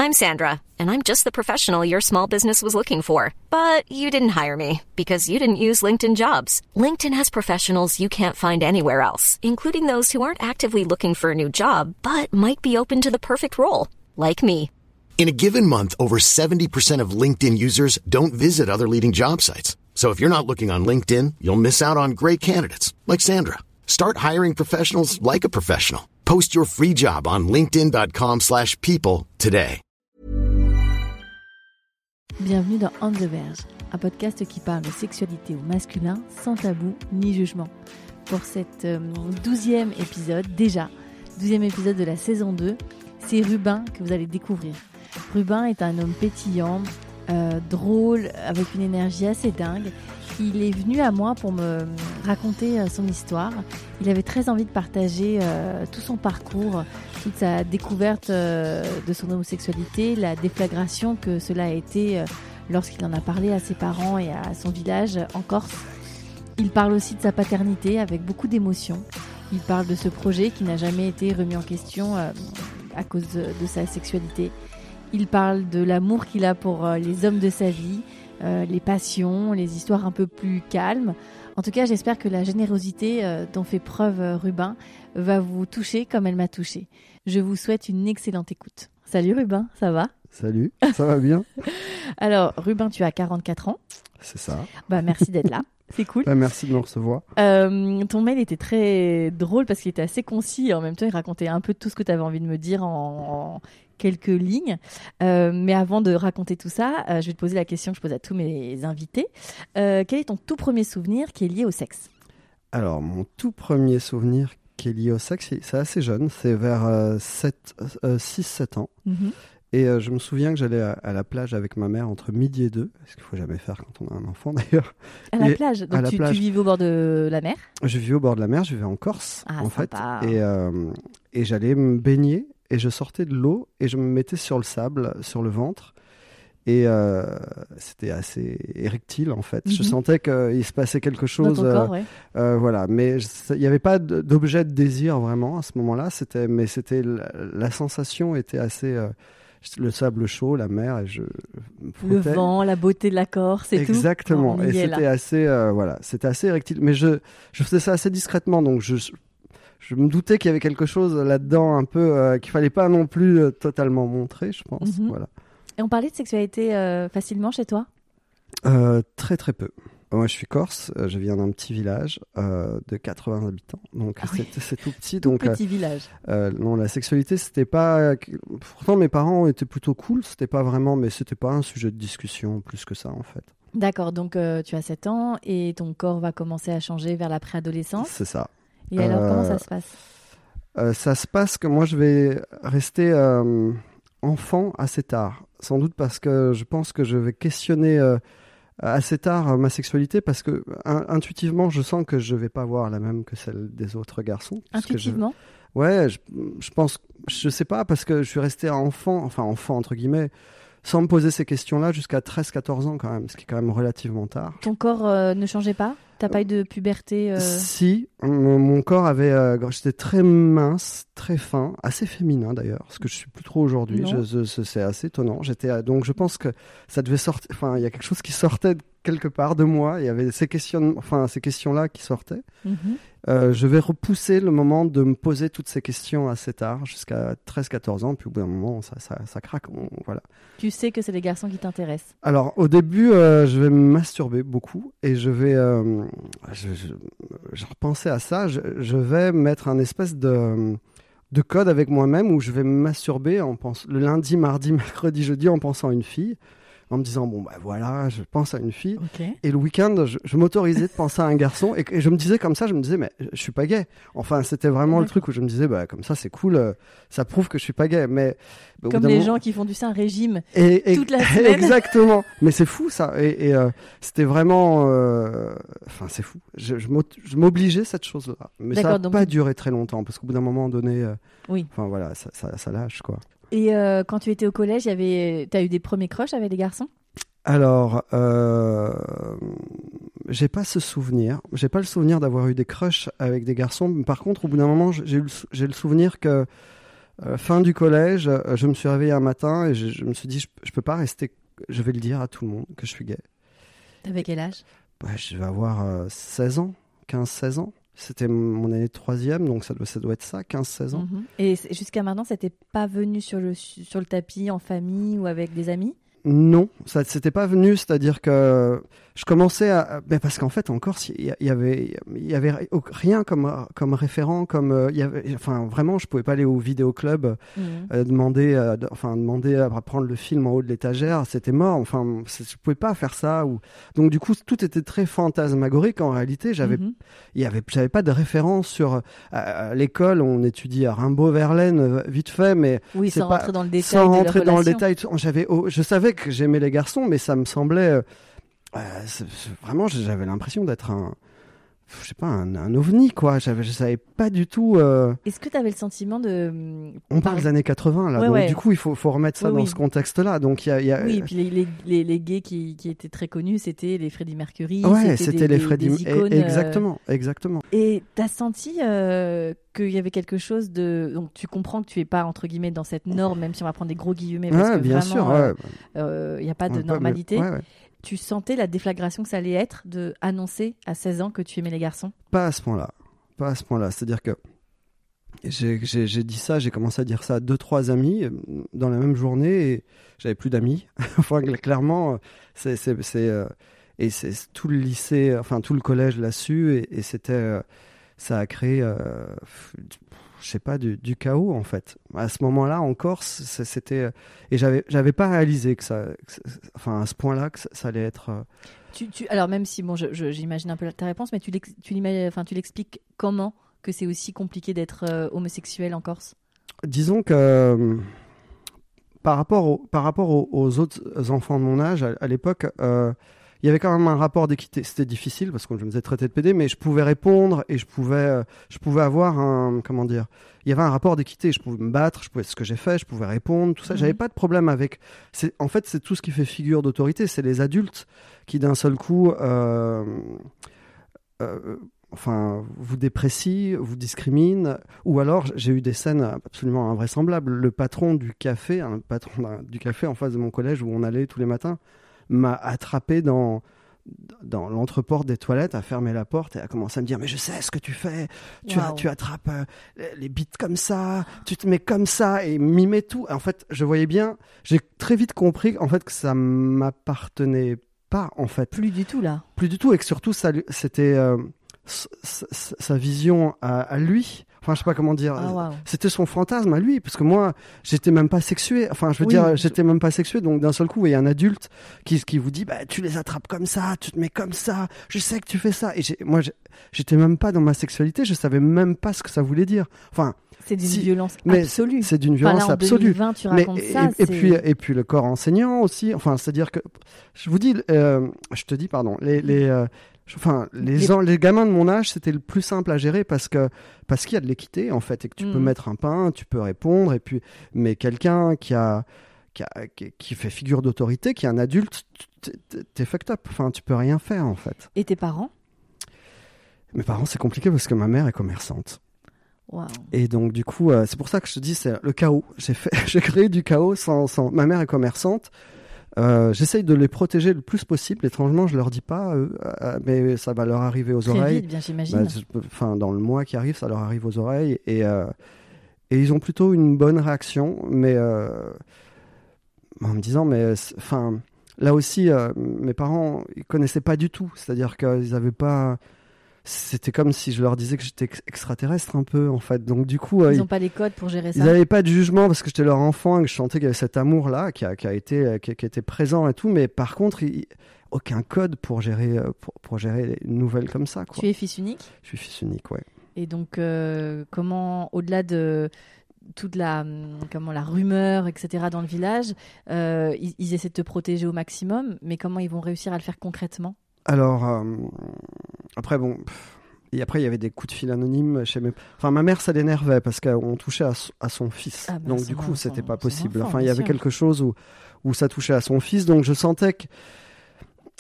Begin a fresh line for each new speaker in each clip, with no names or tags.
I'm Sandra, and I'm just the professional your small business was looking for. But you didn't hire me because you didn't use LinkedIn Jobs. LinkedIn has professionals you can't find anywhere else, including those who aren't actively looking for a new job, but might be open to the perfect role, like me.
In a given month, over 70% of LinkedIn users don't visit other leading job sites. So if you're not looking on LinkedIn, you'll miss out on great candidates like Sandra. Start hiring professionals like a professional. Post your free job on linkedin.com/people today.
Bienvenue dans On the Verge, un podcast qui parle de sexualité au masculin sans tabou ni jugement. Pour cette 12e épisode, 12e épisode de la saison 2, c'est Rubin que vous allez découvrir. Rubin est un homme pétillant, drôle, avec une énergie assez dingue. Il est venu à moi pour me raconter son histoire. Il avait très envie de partager tout son parcours, toute sa découverte de son homosexualité, la déflagration que cela a été lorsqu'il en a parlé à ses parents et à son village en Corse. Il parle aussi de sa paternité avec beaucoup d'émotion. Il parle de ce projet qui n'a jamais été remis en question à cause de sa sexualité. Il parle de l'amour qu'il a pour les hommes de sa vie, les passions, les histoires un peu plus calmes. En tout cas, j'espère que la générosité dont fait preuve Rubin va vous toucher comme elle m'a touchée. Je vous souhaite une excellente écoute. Salut Rubin, ça va ?
Salut, ça va bien ?
Alors, Rubin, tu as 44 ans.
C'est ça.
Merci d'être là. C'est cool.
Merci de me recevoir.
Ton mail était très drôle parce qu'il était assez concis et en même temps, il racontait un peu tout ce que tu avais envie de me dire en quelques lignes. Mais avant de raconter tout ça, je vais te poser la question que je pose à tous mes invités. Quel est ton tout premier souvenir qui est lié au sexe ?
Alors, mon tout premier souvenir qui est lié au sexe, c'est assez jeune. C'est vers 6-7 ans. Mm-hmm. Et je me souviens que j'allais à la plage avec ma mère entre midi et 2, ce qu'il ne faut jamais faire quand on a un enfant d'ailleurs.
À la plage ? Donc tu vivais au bord de la mer ?
Je vivais au bord de la mer, je vivais en Corse en
sympa.
fait. Et j'allais me baigner et je sortais de l'eau et je me mettais sur le sable, sur le ventre. Et c'était assez érectile en fait. Mm-hmm. Je sentais qu'il se passait quelque chose.
Dans ton corps, ouais.
Voilà, mais il n'y avait pas d'objet de désir vraiment à ce moment-là. Mais la sensation était assez... le sable chaud, la mer, et
le vent, la beauté de la Corse, c'est tout.
Exactement. Et c'était assez, c'était assez érectile. Mais je faisais ça assez discrètement, donc je me doutais qu'il y avait quelque chose là-dedans, un peu qu'il fallait pas non plus totalement montrer, je pense. Mm-hmm. Voilà.
Et on parlait de sexualité facilement chez toi ?
Très très peu. Moi, je suis corse, je viens d'un petit village de 80 habitants, donc c'est tout petit.
Tout petit village.
Non, la sexualité, c'était pas... Pourtant, mes parents étaient plutôt cool, c'était pas vraiment... Mais c'était pas un sujet de discussion plus que ça, en fait.
D'accord, donc tu as 7 ans et ton corps va commencer à changer vers la préadolescence.
C'est ça.
Et alors, comment ça se passe ?
Ça se passe que moi, je vais rester enfant assez tard. Sans doute parce que je pense que je vais questionner... assez tard ma sexualité parce que intuitivement je sens que je vais pas avoir la même que celle des autres garçons.
Intuitivement ?
Ouais, je pense, je sais pas, parce que je suis resté enfant entre guillemets, sans me poser ces questions-là jusqu'à 13-14 ans quand même, ce qui est quand même relativement tard.
Ton corps ne changeait pas ? T'as pas eu de puberté
Si, mon corps avait... j'étais très mince, très fin, assez féminin d'ailleurs, ce que je suis plus trop aujourd'hui. C'est assez étonnant. Donc je pense que ça devait sortir... Enfin, il y a quelque chose qui sortait quelque part de moi. Il y avait ces questions-là qui sortaient. Mm-hmm. Je vais repousser le moment de me poser toutes ces questions assez tard, jusqu'à 13-14 ans. Puis au bout d'un moment, ça craque. Voilà.
Tu sais que c'est les garçons qui t'intéressent ?
Alors, au début, je vais me masturber beaucoup et je vais... je repensais à ça. Je vais mettre un espèce de code avec moi-même où je vais me masturber le lundi, mardi, mercredi, jeudi en pensant à une fille. En me disant, voilà, je pense à une fille.
Okay.
Et le week-end, je m'autorisais de penser à un garçon. Et je me disais comme ça, mais je suis pas gay. Enfin, c'était vraiment le truc où je me disais, comme ça, c'est cool. Ça prouve que je suis pas gay. Mais
comme les gens qui font du sein régime toute la semaine.
Exactement. Mais c'est fou, ça. Et c'était vraiment... c'est fou. Je m'obligeais cette chose-là. Mais ça n'a pas duré très longtemps. Parce qu'au bout d'un moment donné...
oui.
Enfin, voilà, ça lâche, quoi.
Et quand tu étais au collège, t'as eu des premiers crushs avec des garçons ?
Alors, j'ai pas ce souvenir. J'ai pas le souvenir d'avoir eu des crushs avec des garçons. Mais par contre, au bout d'un moment, j'ai le souvenir que fin du collège, je me suis réveillé un matin et je me suis dit, je peux pas rester, je vais le dire à tout le monde que je suis gay.
T'avais quel âge ?
Je vais avoir 16 ans, 15-16 ans. C'était mon année de 3e, donc ça doit être ça, 15-16 ans.
Et jusqu'à maintenant, ça t'est pas venu sur le tapis, en famille ou avec des amis ?
Non, ça c'était pas venu, c'est-à-dire que je commençais mais parce qu'en fait en Corse il y avait rien comme référent, enfin vraiment je pouvais pas aller au vidéoclub demander à prendre le film en haut de l'étagère, c'était mort, enfin je pouvais pas faire ça donc du coup tout était très fantasmagorique en réalité, j'avais pas de référence sur à l'école, on étudie à Rimbaud-Verlaine vite fait, mais
oui,
sans
rentrer dans le détail,
je savais que j'aimais les garçons, mais ça me semblait vraiment, j'avais l'impression d'être un ovni, quoi. Je savais pas du tout.
Est-ce que tu avais le sentiment de...
On parle des années 80 là, donc du coup il faut remettre ça dans ce contexte-là. Donc il y a...
Oui, et puis les gays qui étaient très connus, c'était les Freddie Mercury,
c'était les Freddie, des icônes, exactement.
Et t'as senti qu'il y avait quelque chose de... Donc tu comprends que tu es pas entre guillemets dans cette norme, même si on va prendre des gros guillemets, parce que
bien
vraiment,
sûr,
y a pas de normalité.
Ouais.
Tu sentais la déflagration que ça allait être de annoncer à 16 ans que tu aimais les garçons ?
Pas à ce point-là. C'est-à-dire que j'ai dit ça, j'ai commencé à dire ça à 2-3 amis dans la même journée et j'avais plus d'amis. Enfin, clairement, c'est tout le lycée, enfin tout le collège l'a su et c'était, ça a créé, je sais pas, du chaos en fait. À ce moment-là, en Corse, c'était et j'avais pas réalisé que ça, à ce point-là, que ça allait être.
Alors même si bon, j'imagine un peu ta réponse, mais tu l'expliques comment que c'est aussi compliqué d'être homosexuel en Corse ?
Disons que par rapport aux autres enfants de mon âge à l'époque. Il y avait quand même un rapport d'équité. C'était difficile parce que je me faisais traiter de pédé, mais je pouvais répondre et je pouvais avoir il y avait un rapport d'équité. Je pouvais me battre, ce que j'ai fait, je pouvais répondre, tout ça. J'avais pas de problème avec. En fait, c'est tout ce qui fait figure d'autorité. C'est les adultes qui d'un seul coup, vous déprécient, vous discriminent. Ou alors, j'ai eu des scènes absolument invraisemblables. Le patron du café en face de mon collège où on allait tous les matins, m'a attrapé dans l'entreporte des toilettes, a fermé la porte et a commencé à me dire mais je sais ce que tu fais, tu attrapes les bites comme ça, tu te mets comme ça et mimais tout. En fait, je voyais bien, j'ai très vite compris en fait que ça m'appartenait pas en fait.
Plus du tout là.
Plus du tout et que surtout c'était sa vision à lui. Enfin, je sais pas comment dire. C'était son fantasme à lui, parce que moi, j'étais même pas sexué. Enfin, j'étais même pas sexué. Donc, d'un seul coup, il y a un adulte qui vous dit, tu les attrapes comme ça, tu te mets comme ça. Je sais que tu fais ça. Et moi, j'étais même pas dans ma sexualité. Je savais même pas ce que ça voulait dire. Enfin.
C'est d'une violence absolue.
C'est d'une violence absolue.
En 2020, tu racontes ça.
Et puis le corps enseignant aussi. Enfin, c'est-à-dire que je te dis, pardon, les gamins de mon âge, c'était le plus simple à gérer parce qu'il y a de l'équité en fait et que tu peux mettre un pain, tu peux répondre mais quelqu'un qui fait figure d'autorité, qui est un adulte, t'es fucked up. Enfin, tu peux rien faire en fait.
Et tes parents ?
Mes parents, c'est compliqué parce que ma mère est commerçante.
Wow.
Et donc du coup, c'est pour ça que je te dis, c'est le chaos. J'ai créé du chaos sans. Ma mère est commerçante. J'essaye de les protéger le plus possible. Étrangement, je leur dis pas, mais ça va leur arriver aux oreilles.
Très vite, bien j'imagine.
Dans le mois qui arrive, ça leur arrive aux oreilles et ils ont plutôt une bonne réaction, mais en me disant, là aussi, mes parents, ils connaissaient pas du tout. C'est-à-dire qu'ils avaient pas. C'était comme si je leur disais que j'étais extraterrestre un peu en fait. Donc du coup,
ils n'ont pas les codes pour gérer ça.
Ils n'avaient pas de jugement parce que j'étais leur enfant et que je sentais qu'il y avait cet amour là qui était présent et tout. Mais par contre, aucun code pour gérer une nouvelle comme ça, quoi.
Tu es fils unique ?
Je suis fils unique, ouais.
Et donc comment, au-delà de toute la rumeur, etc. dans le village, ils essaient de te protéger au maximum, mais comment ils vont réussir à le faire concrètement ?
Alors, après, et après, il y avait des coups de fil anonymes chez ma mère, ça l'énervait parce qu'on touchait à son fils. Donc, du coup, c'était pas possible. Il y avait quelque chose où ça touchait à son fils. Donc, je sentais que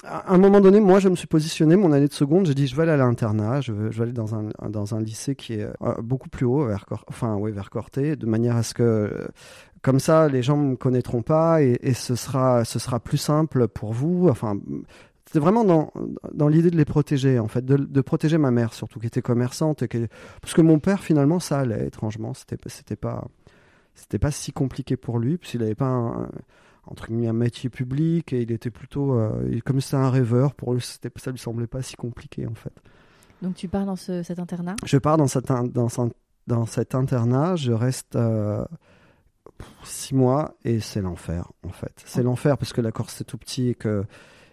à un moment donné, moi, je me suis positionné, mon année de seconde, j'ai dit, je vais aller à l'internat, je vais aller dans un lycée qui est beaucoup plus haut, vers Corté, de manière à ce que, comme ça, les gens ne me connaîtront pas et ce sera plus simple pour vous. Enfin, c'était vraiment dans l'idée de les protéger, en fait, de protéger ma mère, surtout, qui était commerçante. Parce que mon père, finalement, ça allait, étrangement, c'était pas si compliqué pour lui, puisqu'il n'avait pas entre guillemets un métier public et il était plutôt comme c'était un rêveur, pour lui ça lui semblait pas si compliqué en fait.
Donc tu pars dans cet internat?
Je pars dans cet internat, je reste 6 mois et c'est l'enfer en fait. C'est l'enfer parce que la Corse c'est tout petit et que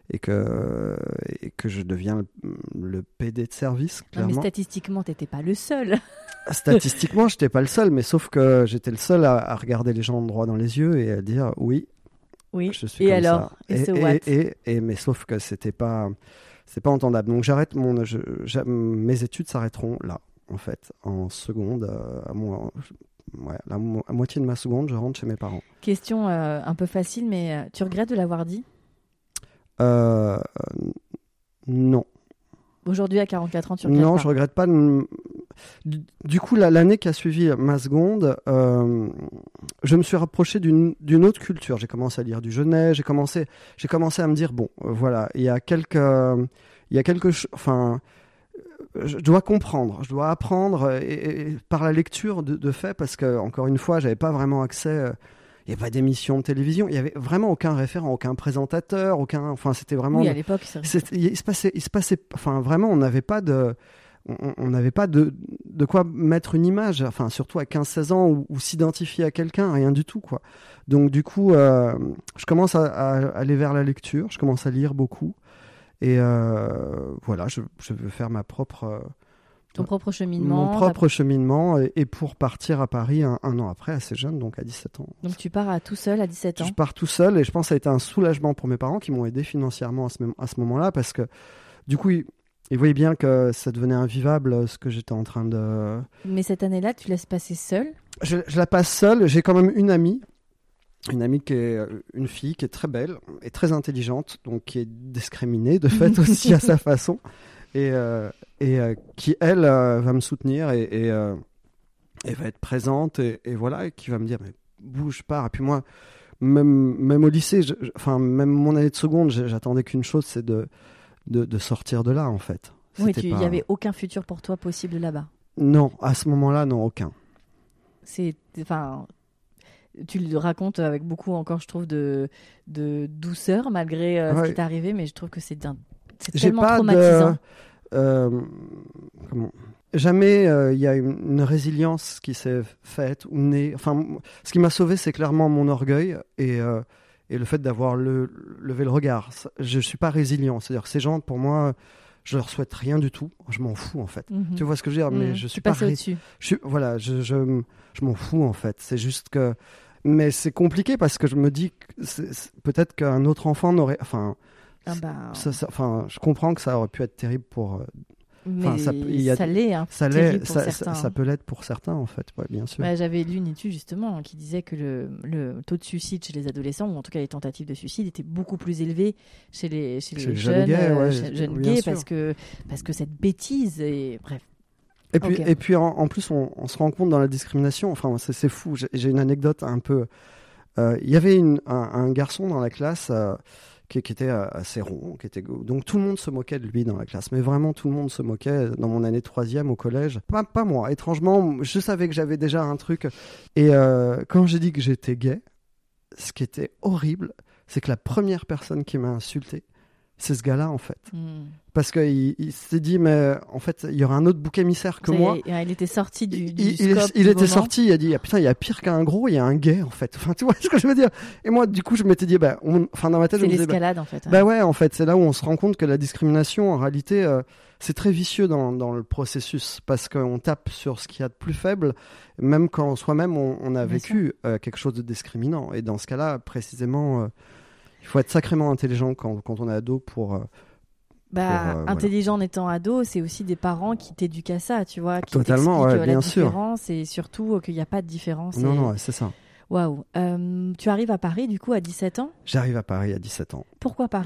je deviens le PD de service, clairement.
Non, mais statistiquement, t'étais pas le seul.
Statistiquement, j'étais pas le seul, mais sauf que j'étais le seul à regarder les gens droit dans les yeux et à dire oui, je suis comme
alors,
ça. Mais sauf que c'est pas entendable. Donc j'arrête mes études s'arrêteront là, en fait, en seconde, à moitié de ma seconde, je rentre chez mes parents.
Question un peu facile, mais tu regrettes de l'avoir dit?
Non.
Aujourd'hui, à 44 ans, tu regrettes pas?
Non, je regrette pas. Du coup, l'année qui a suivi ma seconde, je me suis rapproché d'une autre culture. J'ai commencé à lire du Genet. J'ai commencé à me dire voilà, il y a quelque chose. Enfin, je dois comprendre, je dois apprendre et par la lecture de fait, parce que encore une fois, j'avais pas vraiment accès. Il n'y avait pas d'émission de télévision, il n'y avait vraiment aucun référent, aucun présentateur, enfin c'était vraiment.
Oui, à l'époque,
il se passait, enfin vraiment, on n'avait pas de quoi mettre une image, enfin surtout à 15-16 ans ou s'identifier à quelqu'un, rien du tout quoi. Donc du coup, je commence à aller vers la lecture, je commence à lire beaucoup et voilà, je veux faire
ton propre cheminement.
Mon propre cheminement et pour partir à Paris un an après, assez jeune, donc à 17 ans.
Donc tu pars tout seul à 17 ans?
Je pars tout seul et je pense que ça a été un soulagement pour mes parents qui m'ont aidé financièrement à ce moment-là parce que du coup, ils voyaient bien que ça devenait invivable ce que j'étais en train de...
Mais cette année-là, tu laisses passer seule?
Je la passe seule. J'ai quand même une amie qui est une fille qui est très belle et très intelligente, donc qui est discriminée de fait aussi à sa façon. Et qui, elle, va me soutenir et va être présente et voilà, et qui va me dire mais bouge, pars. Et puis moi, même au lycée, même mon année de seconde, j'attendais qu'une chose, c'est de sortir de là, en fait.
Oui, il n'y avait aucun futur pour toi possible là-bas? Non,
à ce moment-là, non, aucun.
Tu le racontes avec beaucoup, encore, je trouve, de douceur, malgré ce qui t'est arrivé, mais je trouve que c'est tellement traumatisant.
Jamais il y a une résilience qui s'est faite ou née. Enfin, ce qui m'a sauvé, c'est clairement mon orgueil et le fait d'avoir levé le regard. Je suis pas résilient. C'est-à-dire que ces gens, pour moi, je leur souhaite rien du tout. Je m'en fous en fait. Mm-hmm. Tu vois ce que je veux dire? Mais je suis pas
au-dessus.
Voilà, je m'en fous en fait. C'est juste que, mais c'est compliqué parce que je me dis que peut-être qu'un autre enfant n'aurait. Enfin, je comprends que ça aurait pu être terrible pour.
Mais ça l'est, hein,
ça peut l'être pour certains en fait, ouais, bien sûr.
J'avais lu une étude justement qui disait que le taux de suicide chez les adolescents, ou en tout cas les tentatives de suicide, étaient beaucoup plus élevés chez les jeunes gays parce que cette bêtise et bref.
Et puis en plus on se rend compte dans la discrimination, enfin c'est fou. J'ai une anecdote un peu. Il y avait un garçon dans la classe. Qui était assez rond, donc tout le monde se moquait de lui dans la classe, mais vraiment tout le monde se moquait dans mon année de 3e au collège. Pas moi, étrangement, je savais que j'avais déjà un truc. Et quand j'ai dit que j'étais gay, ce qui était horrible, c'est que la première personne qui m'a insulté, c'est ce gars-là en fait. Parce qu'il s'est dit, mais en fait, il y aura un autre bouc émissaire que moi.
Il était sorti du
scope. Il était sorti, il a dit, putain, il y a pire qu'un gros, il y a un gay en fait. Enfin, tu vois ce que je veux dire? Et moi, du coup, je m'étais dit, dans ma tête, je me disais,
l'escalade en fait.
Ouais, en fait, c'est là où on se rend compte que la discrimination, en réalité, c'est très vicieux dans le processus parce qu'on tape sur ce qu'il y a de plus faible, même quand soi-même on a vécu quelque chose de discriminant. Et dans ce cas-là, précisément, il faut être sacrément intelligent quand on est ado pour
intelligent en étant ado, c'est aussi des parents qui t'éduquent à ça, tu vois, qui
totalement,
t'expliquent
bien
la
sûr.
différence et surtout qu'il n'y a pas de différence.
Non, c'est ça.
Waouh. Tu arrives à Paris, du coup, à 17 ans?
J'arrive à Paris à 17 ans.
Pourquoi Paris?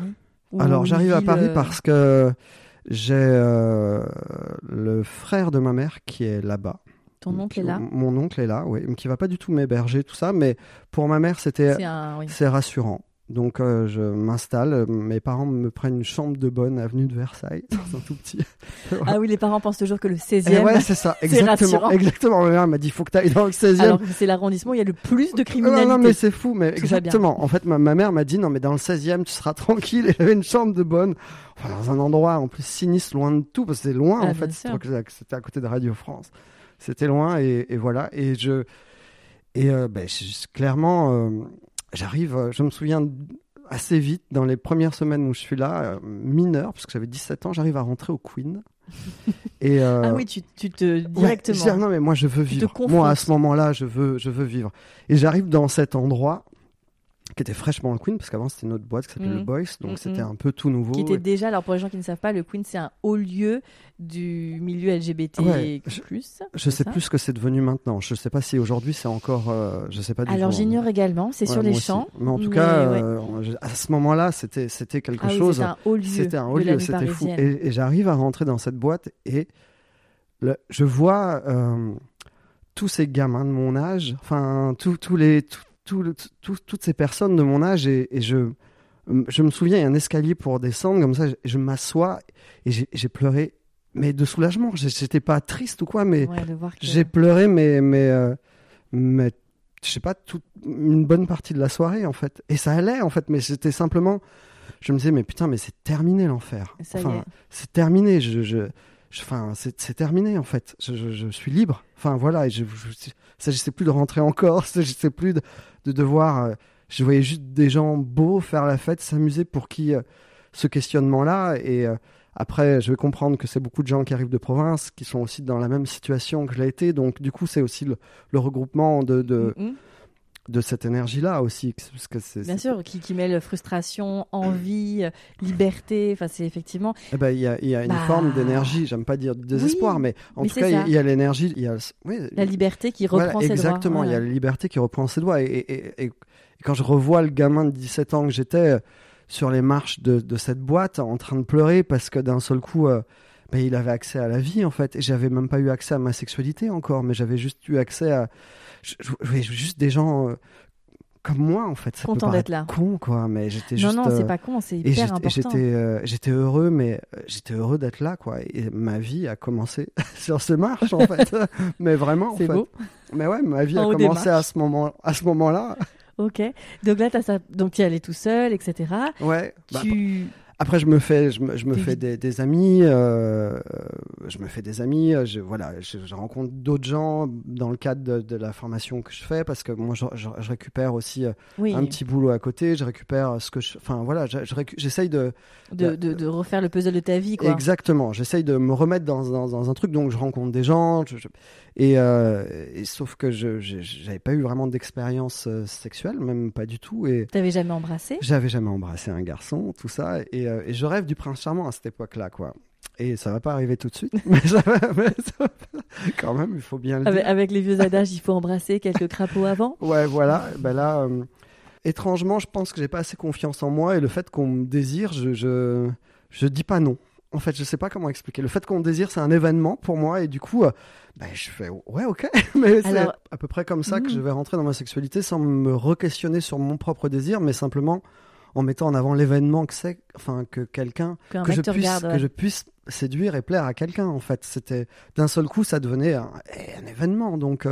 Alors, j'arrive à Paris parce que j'ai le frère de ma mère qui est là-bas.
Ton oncle est là ?
Mon oncle est là, oui, qui va pas du tout m'héberger, tout ça, mais pour ma mère, c'est rassurant. Donc, je m'installe. Mes parents me prennent une chambre de bonne avenue de Versailles, dans un tout petit.
Ah oui, les parents pensent toujours que le 16e.
Ouais, c'est ça, exactement. Exactement. Ma mère m'a dit, il faut que tu ailles dans le 16e.
Alors que c'est l'arrondissement où il y a le plus de criminalité.
Non, mais c'est fou, mais tout exactement. En fait, ma mère m'a dit, non, mais dans le 16e, tu seras tranquille. Et j'avais une chambre de bonne, dans un endroit en plus sinistre, loin de tout, parce que c'est loin, en fait. C'était à côté de Radio France. C'était loin, et voilà. Clairement. J'arrive, je me souviens assez vite, dans les premières semaines où je suis là, mineur, parce que j'avais 17 ans, j'arrive à rentrer au Queen. Et,
ah oui, tu te directement.
Ouais, non, mais moi, je veux vivre. Moi, à ce moment-là, je veux vivre. Et j'arrive dans cet endroit qui était fraîchement le Queen, parce qu'avant, c'était une autre boîte qui s'appelait le Boys, donc c'était un peu tout nouveau.
Qui était déjà, alors pour les gens qui ne savent pas, le Queen, c'est un haut lieu du milieu LGBT+.
Ouais, je sais plus ce que c'est devenu maintenant. Je sais pas si aujourd'hui, c'est encore... je sais pas du tout.
Alors, j'ignore également, c'est sur les champs.
Mais en tout cas, à ce moment-là, c'était quelque chose...
C'était un haut lieu,
c'était fou. Et j'arrive à rentrer dans cette boîte et je vois tous ces gamins de mon âge, enfin, toutes ces personnes de mon âge, et je me souviens, il y a un escalier pour descendre, comme ça, je m'assois et j'ai pleuré, mais de soulagement. J'étais pas triste ou quoi, mais j'ai pleuré, mais je sais pas, une bonne partie de la soirée, en fait. Et ça allait, en fait, mais c'était simplement, je me disais, mais putain, mais c'est terminé l'enfer. C'est terminé, c'est terminé, en fait. Je suis libre. Enfin, voilà, il s'agissait plus de rentrer encore, il s'agissait plus de devoir... je voyais juste des gens beaux faire la fête, s'amuser, pour qui ce questionnement-là. Et après, je vais comprendre que c'est beaucoup de gens qui arrivent de province, qui sont aussi dans la même situation que je l'ai été. Donc, du coup, c'est aussi le regroupement de cette énergie-là aussi. Parce que
Bien sûr, qui mêle frustration, envie, liberté. Enfin, c'est effectivement...
Il y a une forme d'énergie, j'aime pas dire de désespoir, mais tout cas, il y a l'énergie...
la liberté qui reprend ses droits.
Exactement, il y a la liberté qui reprend ses droits. Et quand je revois le gamin de 17 ans que j'étais sur les marches de cette boîte, en train de pleurer parce que d'un seul coup... il avait accès à la vie, en fait. Et j'avais même pas eu accès à ma sexualité encore, mais j'avais juste eu accès à... Je voyais juste des gens comme moi, en fait. Ça
content d'être là.
Con, quoi, mais j'étais
juste... Non, c'est pas con, c'est hyper important.
J'étais heureux, mais j'étais heureux d'être là, quoi. Et ma vie a commencé sur ces marches, en fait. Mais vraiment, en fait. C'est beau. Mais ouais, ma vie a commencé à ce moment-là.
Ok. Donc là, tu y allais tout seul, etc.
Ouais. Après, je me fais des amis. Je me fais des amis. Je rencontre d'autres gens dans le cadre de la formation que je fais, parce que moi, je récupère aussi un petit boulot à côté. Je récupère ce que j'essaye de
refaire le puzzle de ta vie, quoi.
Exactement. J'essaye de me remettre dans un truc. Donc, je rencontre des gens. Et sauf que j'avais pas eu vraiment d'expérience sexuelle, même pas du tout. Et
t'avais jamais embrassé ?
J'avais jamais embrassé un garçon, tout ça. Et je rêve du prince charmant à cette époque-là, quoi. Et ça va pas arriver tout de suite, mais quand même, il faut bien le dire.
Avec les vieux adages, il faut embrasser quelques crapauds avant.
Ouais, voilà. Là, étrangement, je pense que j'ai pas assez confiance en moi, et le fait qu'on me désire, je dis pas non. En fait, je sais pas comment expliquer. Le fait qu'on me désire, c'est un événement pour moi, et du coup, je fais ouais, ok. Mais c'est à peu près comme ça que je vais rentrer dans ma sexualité, sans me re-questionner sur mon propre désir, mais simplement en mettant en avant l'événement que c'est, enfin, que je puisse séduire et plaire à quelqu'un, en fait. C'était, d'un seul coup, ça devenait un événement. Donc,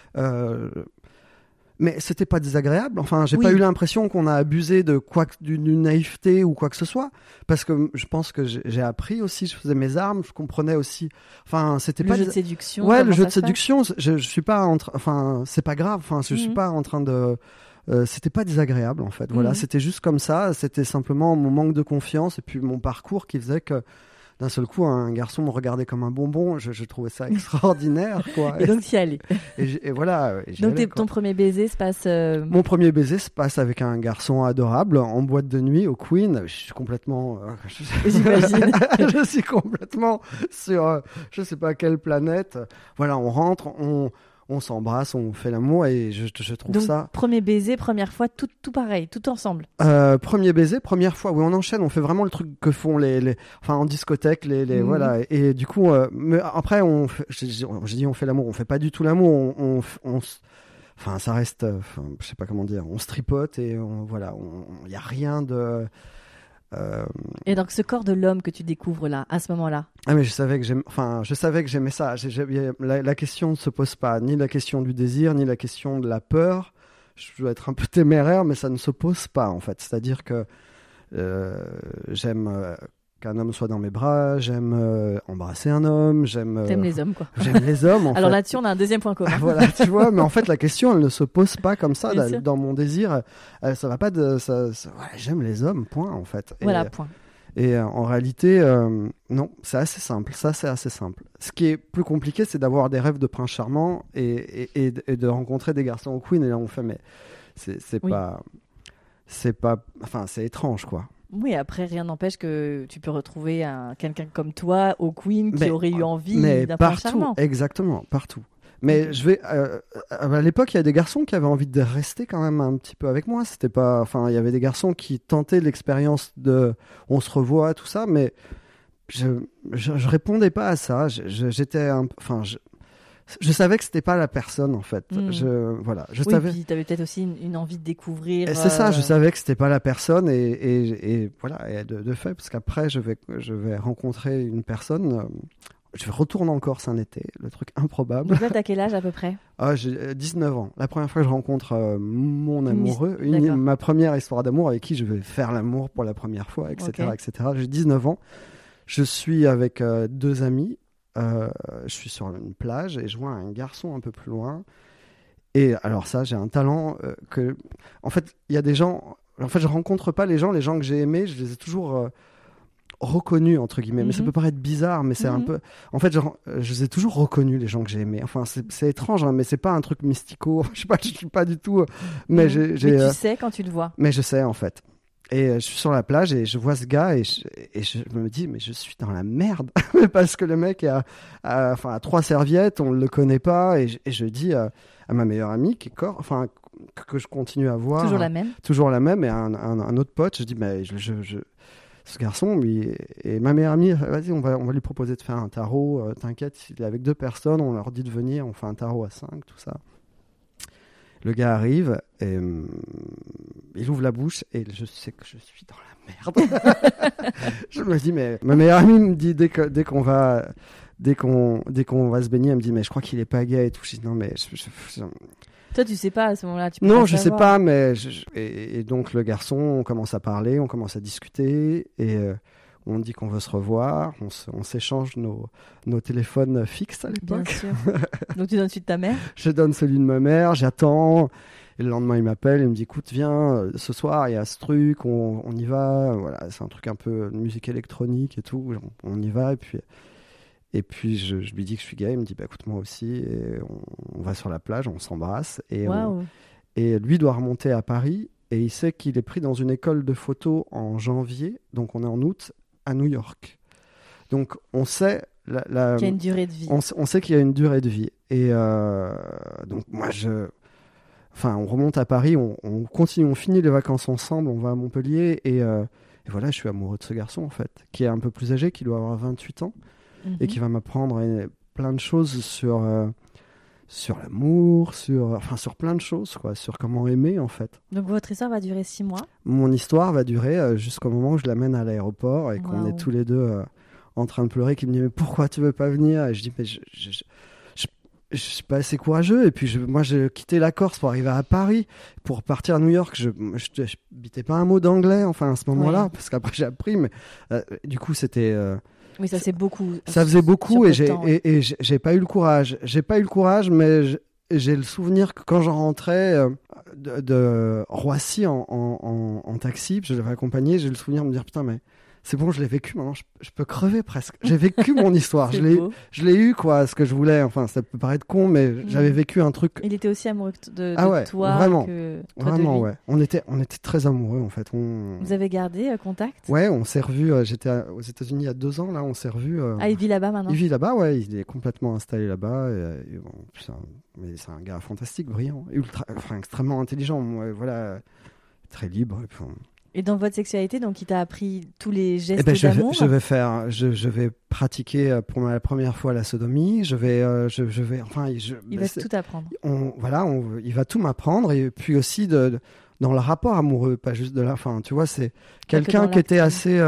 mais c'était pas désagréable. Enfin, j'ai pas eu l'impression qu'on a abusé d'une naïveté ou quoi que ce soit, parce que je pense que j'ai appris aussi. Je faisais mes armes, je comprenais aussi. Enfin, c'était pas
le jeu de séduction.
Ouais, le jeu de séduction. Je suis pas enfin, c'est pas grave. Enfin, je suis pas en train de. C'était pas désagréable, en fait. Voilà, c'était juste comme ça. C'était simplement mon manque de confiance et puis mon parcours qui faisait que d'un seul coup, un garçon me regardait comme un bonbon. Je trouvais ça extraordinaire, quoi.
Et donc, t'y allais.
Et voilà.
Donc, ton premier baiser se passe...
Mon premier baiser se passe avec un garçon adorable en boîte de nuit au Queen. Je suis complètement...
J'imagine.
Je suis complètement sur... je sais pas quelle planète. Voilà, on rentre, on s'embrasse, on fait l'amour et je trouve
Donc,
ça...
premier baiser, première fois, tout pareil, tout ensemble.
Premier baiser, première fois, oui, on enchaîne, on fait vraiment le truc que font enfin en discothèque, voilà. Et du coup, mais après, j'ai dit on fait l'amour, on fait pas du tout l'amour, enfin ça reste, je sais pas comment dire, on se tripote et voilà, il y a rien de...
Et donc ce corps de l'homme que tu découvres là, à ce moment-là.
Ah mais je savais que j'aimais ça. La question ne se pose pas, ni la question du désir, ni la question de la peur. Je dois être un peu téméraire, mais ça ne se pose pas en fait. C'est-à-dire que j'aime qu'un homme soit dans mes bras, j'aime embrasser un homme,
T'aimes les hommes, quoi.
J'aime les hommes.
Alors
fait.
là-dessus, on a un deuxième point commun.
Voilà, tu vois, mais en fait, la question, elle ne se pose pas comme ça.
Bien sûr.
Dans mon désir, ça va pas de... voilà, j'aime les hommes, point, en fait.
Voilà, point.
Et en réalité, non, c'est assez simple. Ça, c'est assez simple. Ce qui est plus compliqué, c'est d'avoir des rêves de prince charmant et de rencontrer des garçons au Queen. Et là, on fait, mais c'est pas... Enfin, c'est étrange, quoi.
Oui, après, rien n'empêche que tu peux retrouver quelqu'un comme toi au Queen qui aurait eu envie d'un prince charmant.
Exactement, partout. Mais à l'époque, il y a des garçons qui avaient envie de rester quand même un petit peu avec moi. C'était pas, enfin, il y avait des garçons qui tentaient l'expérience de, on se revoit, tout ça, mais je répondais pas à ça. Je savais que c'était pas la personne en fait.
Savais. Puis t'avais peut-être aussi une envie de découvrir.
C'est ça, je savais que c'était pas la personne et voilà, et de fait, parce qu'après je vais rencontrer une personne. Je vais retourner en Corse un été, le truc improbable.
Donc là, t'as quel âge à peu près ?
J'ai 19 ans. La première fois que je rencontre mon amoureux, ma première histoire d'amour avec qui je vais faire l'amour pour la première fois, etc. etc. J'ai 19 ans. Je suis avec 2 amis. Je suis sur une plage et je vois un garçon un peu plus loin. Et alors ça, j'ai un talent que... En fait, il y a des gens... En fait, je rencontre pas les gens que j'ai aimés, je les ai toujours reconnus, entre guillemets. Mais ça peut paraître bizarre, mais c'est un peu... En fait, je les ai toujours reconnus, les gens que j'ai aimés. Enfin, c'est étrange, hein, mais c'est pas un truc mystico. Je suis pas du tout... Mais
mais tu sais quand tu le vois.
Mais je sais, en fait. Et je suis sur la plage et je vois ce gars et je me dis mais je suis dans la merde parce que le mec a 3 serviettes, on le connaît pas et je dis à ma meilleure amie que je continue à voir toujours la même et un autre pote, je dis mais ce garçon lui et ma meilleure amie, vas-y on va lui proposer de faire un tarot, t'inquiète, il est avec 2 personnes, on leur dit de venir, on fait un tarot à 5, tout ça. Le gars arrive et il ouvre la bouche et je sais que je suis dans la merde. Je me dis mais ma meilleure amie me dit dès qu'on va se baigner, elle me dit mais je crois qu'il est pas gay et tout. Je dis non mais
toi tu sais pas à ce moment-là, tu peux
non
pas
je
savoir.
sais pas mais et donc le garçon, on commence à parler, on commence à discuter et on dit qu'on veut se revoir, on s'échange nos téléphones fixes à l'époque.
Bien sûr. Donc tu donnes celui de ta mère ?
Je donne celui de ma mère, j'attends. Et le lendemain, il m'appelle, il me dit écoute, viens, ce soir, il y a ce truc, on y va. Voilà, c'est un truc un peu de musique électronique et tout. On y va. Et puis je lui dis que je suis gay. Il me dit écoute, moi aussi. Et on va sur la plage, on s'embrasse. Et lui doit remonter à Paris. Et il sait qu'il est pris dans une école de photo en janvier. Donc on est en août à New York. Donc on sait qu'il y a
une durée de vie.
On sait qu'il y a une durée de vie. Et donc moi on remonte à Paris, on continue, on finit les vacances ensemble, on va à Montpellier et voilà, je suis amoureux de ce garçon en fait, qui est un peu plus âgé, qui doit avoir 28 ans et qui va m'apprendre plein de choses sur l'amour, sur plein de choses, quoi, sur comment aimer en fait.
Donc votre histoire va durer 6 mois ?
Mon histoire va durer jusqu'au moment où je l'amène à l'aéroport et qu'on est tous les deux en train de pleurer, qui me dit mais pourquoi tu veux pas venir ? Et je dis mais je suis pas assez courageux. Et puis moi j'ai quitté la Corse pour arriver à Paris, pour partir à New York. Je bitais pas un mot d'anglais enfin à ce moment-là, parce qu'après j'ai appris, mais du coup c'était
oui, ça c'est beaucoup.
Ça faisait beaucoup et j'ai pas eu le courage. J'ai pas eu le courage, mais j'ai le souvenir que quand j'en rentrais de Roissy en taxi, je l'avais accompagné, j'ai le souvenir de me dire putain mais c'est bon, je l'ai vécu, maintenant je peux crever presque. J'ai vécu mon histoire,
C'est beau.
je l'ai eu, quoi, ce que je voulais. Enfin, ça peut paraître con, mais j'avais vécu un truc.
Il était aussi amoureux de toi
vraiment,
que toi
vraiment,
de lui.
ouais. On était très amoureux, en fait.
Vous avez gardé contact?
Ouais, on s'est revus. J'étais aux États-Unis il y a 2 ans, là, on s'est revus.
Ah, il vit là-bas maintenant?
Il vit là-bas, ouais, il est complètement installé là-bas. Et bon, mais c'est un gars fantastique, brillant, extrêmement intelligent, ouais, voilà, très libre.
Et dans votre sexualité, donc il t'a appris tous les gestes
d'amour.
d'amour?
Je vais pratiquer pour la première fois la sodomie. Il va
tout apprendre.
Il va tout m'apprendre, et puis aussi dans le rapport amoureux, pas juste de la fin. Tu vois, c'est quelqu'un qui était assez,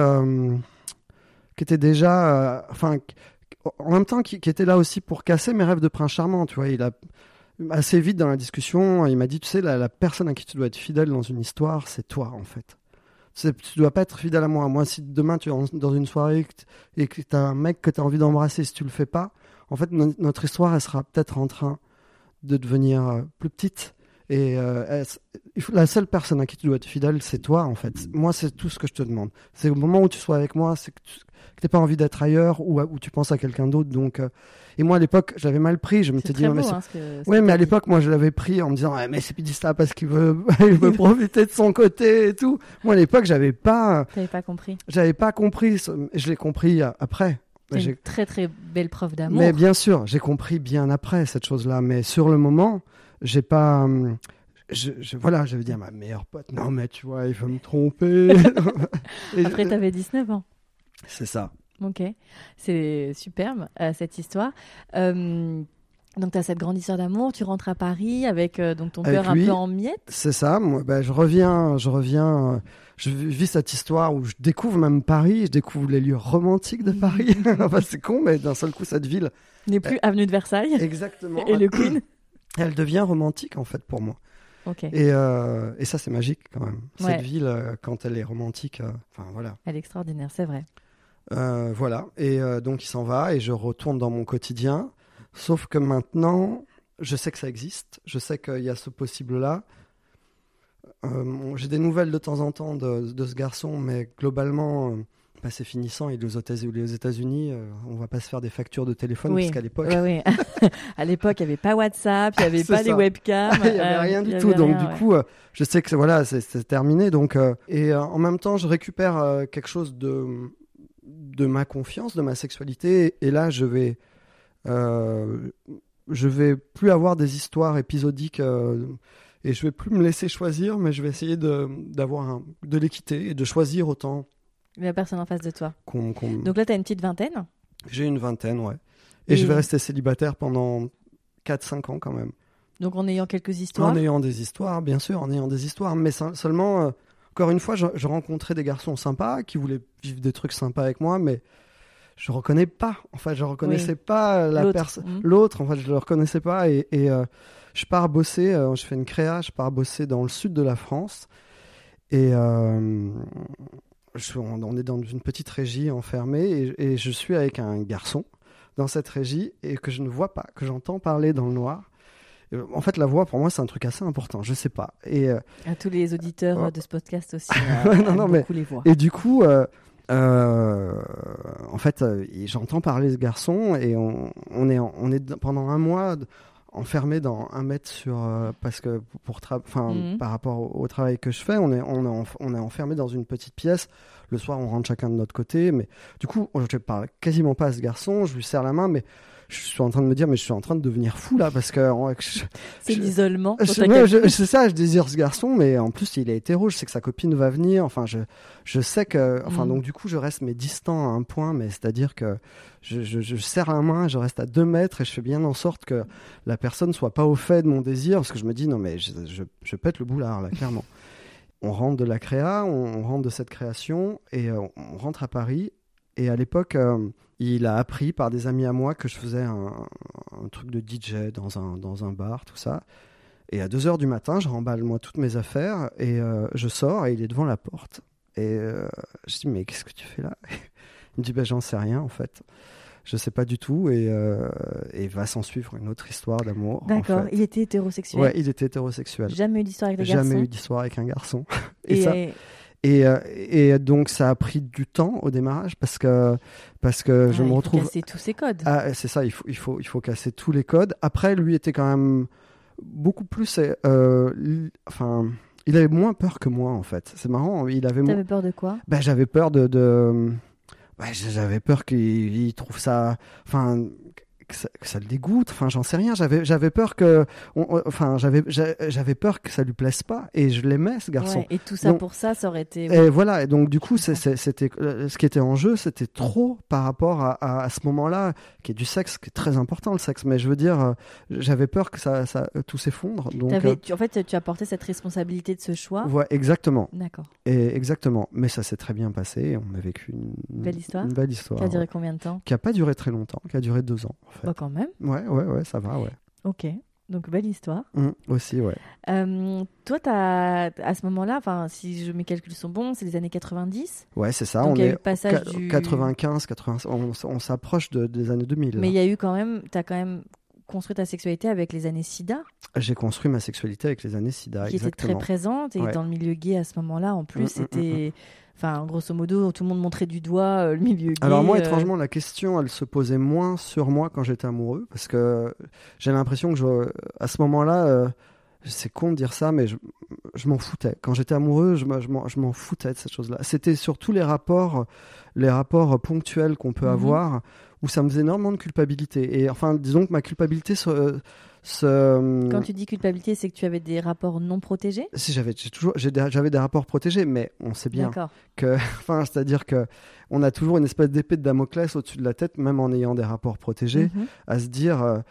qui était déjà, en même temps qui était là aussi pour casser mes rêves de prince charmant. Tu vois, il a assez vite dans la discussion, il m'a dit, tu sais, la personne à qui tu dois être fidèle dans une histoire, c'est toi, en fait. Tu dois pas être fidèle à moi. Moi, si demain tu es dans une soirée et que tu as un mec que tu as envie d'embrasser, si tu le fais pas, en fait, notre histoire, elle sera peut-être en train de devenir plus petite. Et la seule personne à qui tu dois être fidèle, c'est toi, en fait. Moi, c'est tout ce que je te demande. C'est au moment où tu sois avec moi, c'est que tu n'aies pas envie d'être ailleurs, ou tu penses à quelqu'un d'autre. Donc, et moi, à l'époque, j'avais mal pris. Je m'étais dit, mais à l'époque, moi, je l'avais pris en me disant, mais c'est ça parce qu'il veut profiter de son côté et tout. Moi, à l'époque,
T'avais pas compris.
J'avais pas compris. Je l'ai compris après.
C'est une très très belle preuve d'amour.
Mais bien sûr, j'ai compris bien après cette chose-là. Mais sur le moment, j'ai pas. Je vais dire ma meilleure pote. Non, mais tu vois, il faut me tromper.
Après, t'avais 19 ans.
C'est ça.
Ok, c'est superbe cette histoire. Donc, tu as cette grande histoire d'amour. Tu rentres à Paris avec donc ton cœur un peu en miettes.
C'est ça. Moi, je reviens. Je vis cette histoire où je découvre même Paris. Je découvre les lieux romantiques de Paris. Enfin, c'est con, mais d'un seul coup, cette ville
n'est plus avenue de Versailles.
Exactement.
Et le Queen.
Elle devient romantique en fait pour moi.
Okay.
Et ça, c'est magique quand même.
Ouais.
Cette ville, quand elle est romantique, voilà.
Elle est extraordinaire, c'est vrai.
Voilà. Et donc, il s'en va et je retourne dans mon quotidien. Sauf que maintenant, je sais que ça existe. Je sais qu'il y a ce possible-là. J'ai des nouvelles de temps en temps de ce garçon, mais globalement, c'est finissant. Il est aux États-Unis. On va pas se faire des factures de téléphone parce qu'à l'époque...
Oui. À l'époque, il n'y avait pas WhatsApp, il n'y avait pas les webcams.
Il n'y avait rien du tout. Donc, du coup, je sais que voilà, c'est terminé. Donc, et en même temps, je récupère quelque chose de ma confiance, de ma sexualité. Et là, je vais plus avoir des histoires épisodiques et je vais plus me laisser choisir, mais je vais essayer de l'équité et de choisir autant
la personne en face de toi. Donc là, tu as une petite vingtaine?
J'ai une vingtaine, ouais. Et je vais rester célibataire pendant 4-5 ans quand même.
Donc en ayant quelques histoires?
En ayant des histoires, bien sûr, mais seulement, encore une fois, je rencontrais des garçons sympas qui voulaient vivre des trucs sympas avec moi, mais je reconnais pas. Enfin, je reconnaissais pas la personne. L'autre, en fait, je le reconnaissais pas. Et je pars bosser. Je fais une créa. Je pars bosser dans le sud de la France. Et on est dans une petite régie enfermée. Et je suis avec un garçon dans cette régie et que je ne vois pas, que j'entends parler dans le noir. En fait, la voix, pour moi, c'est un truc assez important. Je sais pas. Et
à tous les auditeurs de ce podcast aussi. Beaucoup les voix.
Et du coup. En fait, j'entends parler ce garçon et on est pendant un mois enfermé dans 1 mètre parce que par rapport au travail que je fais, on est enfermé dans une petite pièce. Le soir, on rentre chacun de notre côté, mais du coup, je parle quasiment pas à ce garçon. Je lui serre la main, mais je suis en train de me dire, mais je suis en train de devenir fou là parce que
c'est l'isolement.
C'est ça, je désire ce garçon, mais en plus il est hétéro. Je sais que sa copine va venir. Enfin, je sais que, donc du coup, je reste distant à un point, mais c'est-à-dire que je serre la main, je reste à 2 mètres et je fais bien en sorte que la personne soit pas au fait de mon désir parce que je me dis non mais je pète le boulard là clairement. On rentre de la créa, on rentre de cette création et on rentre à Paris. Et à l'époque, il a appris par des amis à moi que je faisais un truc de DJ dans un bar, tout ça. Et à 2h du matin, je remballe moi toutes mes affaires et je sors et il est devant la porte. Et je dis, mais qu'est-ce que tu fais là? Il me dit, j'en sais rien en fait. Je sais pas du tout et va s'en suivre une autre histoire d'amour.
D'accord,
en fait.
Il était hétérosexuel?
Ouais, il était hétérosexuel.
Jamais eu d'histoire avec des garçons?
Jamais eu d'histoire avec un garçon. Et donc ça a pris du temps au démarrage parce que je me retrouve.
Il faut casser tous ces codes.
Ah, c'est ça, il faut casser tous les codes. Après, lui était quand même beaucoup plus. Il avait moins peur que moi en fait. C'est marrant.
T'avais peur de quoi?
J'avais peur j'avais peur qu'il trouve ça. Enfin. Que ça le dégoûte, enfin j'en sais rien, j'avais peur que j'avais peur que ça lui plaise pas, et je l'aimais ce garçon.
Ouais, et tout ça, donc, pour ça aurait été
et voilà, et donc du coup c'était ce qui était en jeu, c'était trop par rapport à ce moment-là, qui est du sexe, qui est très important, le sexe, mais je veux dire j'avais peur que ça tout s'effondre. Donc
en fait tu as porté cette responsabilité de ce choix.
Ouais, exactement.
D'accord.
Et exactement, mais ça s'est très bien passé, on a vécu une belle histoire.
Qui a duré combien de temps?
Qui a pas duré très longtemps, qui a duré 2 ans en fait.
Bah quand même.
Ouais, ça va, ouais.
Ok, donc belle histoire.
Aussi, ouais.
Toi, à ce moment-là, si mes calculs sont bons, c'est les années 90.
Ouais, c'est ça.
Donc,
on
il y a
est
eu le passage du
95, 80, on s'approche des années 2000.
Mais il y a eu t'as quand même construit ta sexualité avec les années SIDA.
J'ai construit ma sexualité avec les années SIDA,
qui
exactement.
était très présente, et dans le milieu gay à ce moment-là, en plus, c'était... Enfin, grosso modo, tout le monde montrait du doigt le milieu gay.
Alors moi, étrangement, la question, elle se posait moins sur moi quand j'étais amoureux, parce que j'ai l'impression que à ce moment-là, c'est con de dire ça, mais je m'en foutais. Quand j'étais amoureux, je m'en foutais de cette chose-là. C'était surtout les rapports ponctuels qu'on peut avoir, où ça me faisait énormément de culpabilité. Et enfin, disons que ma culpabilité
Quand tu dis culpabilité, c'est que tu avais des rapports non protégés?
Si, j'avais des rapports protégés, mais on sait bien que, c'est-à-dire que on a toujours une espèce d'épée de Damoclès au-dessus de la tête, même en ayant des rapports protégés, à se dire,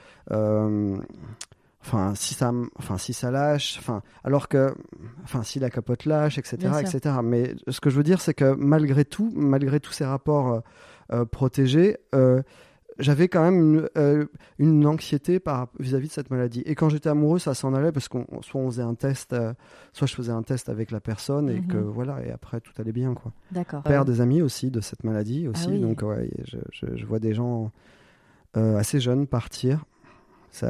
si ça lâche, alors que, si la capote lâche, etc., etc. Mais ce que je veux dire, c'est que malgré tous ces rapports protégés, j'avais quand même une anxiété vis-à-vis de cette maladie. Et quand j'étais amoureux, ça s'en allait parce soit on faisait un test, soit je faisais un test avec la personne, et que voilà, et après tout allait bien, quoi.
D'accord.
Père des amis aussi de cette maladie aussi,
ah oui.
Donc ouais, je vois des gens assez jeunes partir. C'est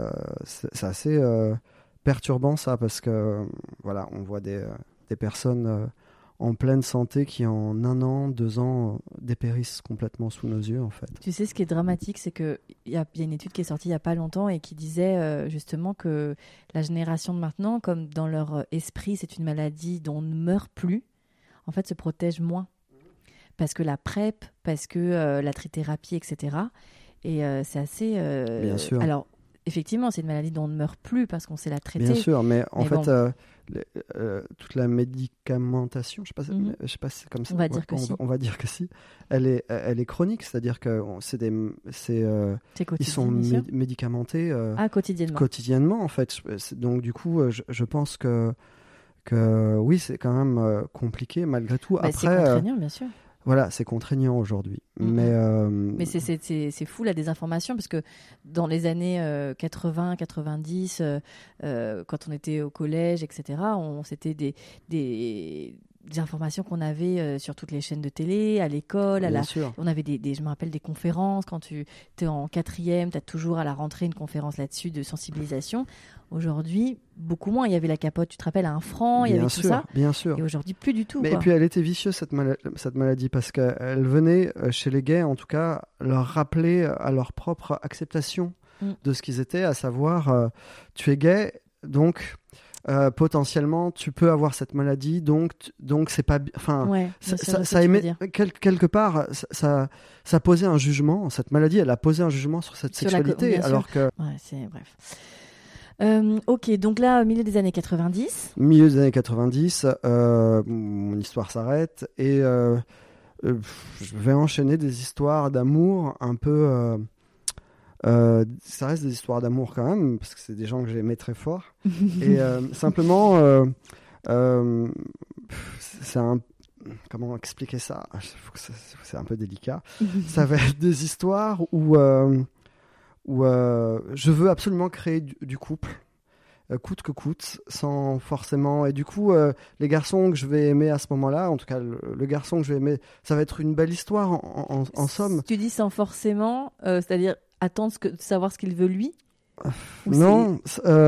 assez perturbant ça, parce que voilà, on voit des personnes en pleine santé qui en 1 an, 2 ans dépérissent complètement sous nos yeux en fait.
Tu sais, ce qui est dramatique, c'est qu'il y a une étude qui est sortie il n'y a pas longtemps et qui disait justement que la génération de maintenant, comme dans leur esprit c'est une maladie dont on ne meurt plus, en fait se protège moins. Parce que la PrEP, parce que la trithérapie, etc. Et c'est assez...
Bien sûr.
Alors, effectivement, c'est une maladie dont on ne meurt plus parce qu'on sait la traiter.
Bien sûr, mais en fait, toute la médicamentation, je sais pas si c'est comme ça.
On va dire que si.
On va dire que si. Elle est chronique, c'est-à-dire que ils sont médicamentés quotidiennement, en fait. Donc du coup, je pense que oui, c'est quand même compliqué malgré tout. Après,
c'est contraignant, bien sûr.
Voilà, c'est contraignant aujourd'hui.
Mais c'est fou la désinformation, parce que dans les années 80, 90, quand on était au collège, etc., c'était des informations qu'on avait sur toutes les chaînes de télé, à l'école, on avait je me rappelle des conférences. Quand tu es en 4e, tu as toujours à la rentrée une conférence là-dessus de sensibilisation. Aujourd'hui, beaucoup moins. Il y avait la capote, tu te rappelles, à 1 franc, il y avait tout ça. Bien sûr. Et aujourd'hui, plus du tout.
Et puis elle était vicieuse, cette maladie, parce qu'elle venait, chez les gays en tout cas, leur rappeler à leur propre acceptation de ce qu'ils étaient, à savoir, tu es gay, donc... potentiellement tu peux avoir cette maladie, donc c'est pas ça émet quelque part, ça posait un jugement. Cette maladie, elle a posé un jugement sur cette sexualité, alors que
c'est bref. Ok, donc là, au milieu des années 90.
Milieu des années 90, mon histoire s'arrête, et je vais enchaîner des histoires d'amour un peu. Ça reste des histoires d'amour quand même, parce que c'est des gens que j'aimais très fort. Et simplement, c'est un... Comment expliquer ça ? C'est un peu délicat. Ça va être des histoires où je veux absolument créer du couple, coûte que coûte, sans forcément... Et du coup, les garçons que je vais aimer à ce moment-là, en tout cas le garçon que je vais aimer, ça va être une belle histoire en somme.
Tu dis sans forcément, c'est-à-dire attendre savoir ce qu'il veut lui ?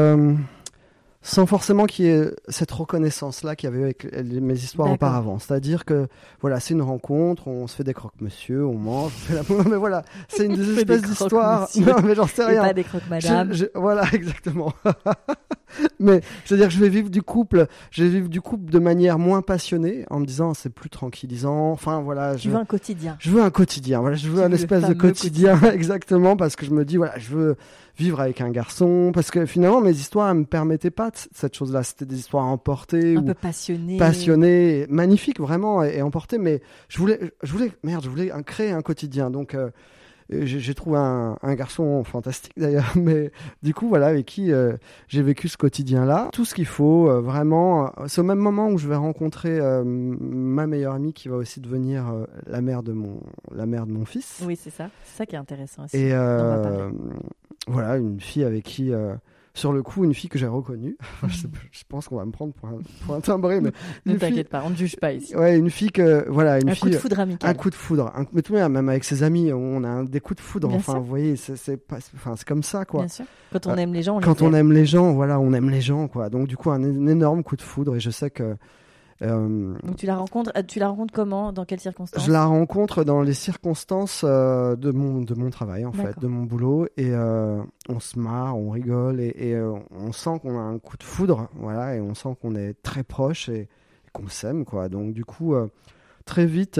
Non, sans forcément qu'il y ait cette reconnaissance-là qu'il y avait avec mes histoires
D'accord.
auparavant. C'est-à-dire que, voilà, c'est une rencontre, on se fait des croque-monsieur, on mange, on fait la... mais voilà, c'est une des espèces d'histoires. Non, mais j'en sais
Et
rien.
pas des croque-madame.
Voilà, exactement. Mais, c'est-à-dire que je vais vivre du couple de manière moins passionnée, en me disant, c'est plus tranquillisant. Enfin, voilà.
Tu veux un quotidien.
Je veux un quotidien, voilà, je veux
Tu
un
veux
espèce
le
de
fameux
quotidien, exactement, parce que je me dis, voilà, je veux vivre avec un garçon, parce que finalement, mes histoires, elles me permettaient pas de cette chose-là. C'était des histoires emportées,
Un
ou
peu passionné.
passionnées, magnifiques, vraiment, et emportées, mais je voulais créer un quotidien, donc, j'ai trouvé un garçon fantastique d'ailleurs, mais du coup voilà, avec qui j'ai vécu ce quotidien-là. Tout ce qu'il faut, vraiment. C'est au même moment où je vais rencontrer ma meilleure amie qui va aussi devenir la mère de mon fils.
Oui, c'est ça qui est intéressant aussi.
Et
On va parler.
voilà, une fille avec qui... sur le coup, une fille que j'ai reconnue. Je pense qu'on va me prendre pour un timbré, mais
Ne t'inquiète pas, on ne juge pas ici.
Ouais, une fille que voilà,
Un coup de foudre amical.
Un coup de foudre. Mais tout de même avec ses amis, on a des coups de foudre.
Bien
enfin,
sûr.
vous voyez, c'est comme ça, quoi.
Bien sûr. Quand on aime les gens,
Quand on aime les gens, voilà, on aime les gens, quoi. Donc du coup, un énorme coup de foudre. Et je sais que
Donc tu la rencontres comment? Dans quelles circonstances?
je la rencontre dans les circonstances de mon travail, en fait,
D'accord.
de mon boulot, et on se marre, on rigole, et on sent qu'on a un coup de foudre, voilà, et on sent qu'on est très proche et qu'on s'aime, quoi. Donc du coup, très vite,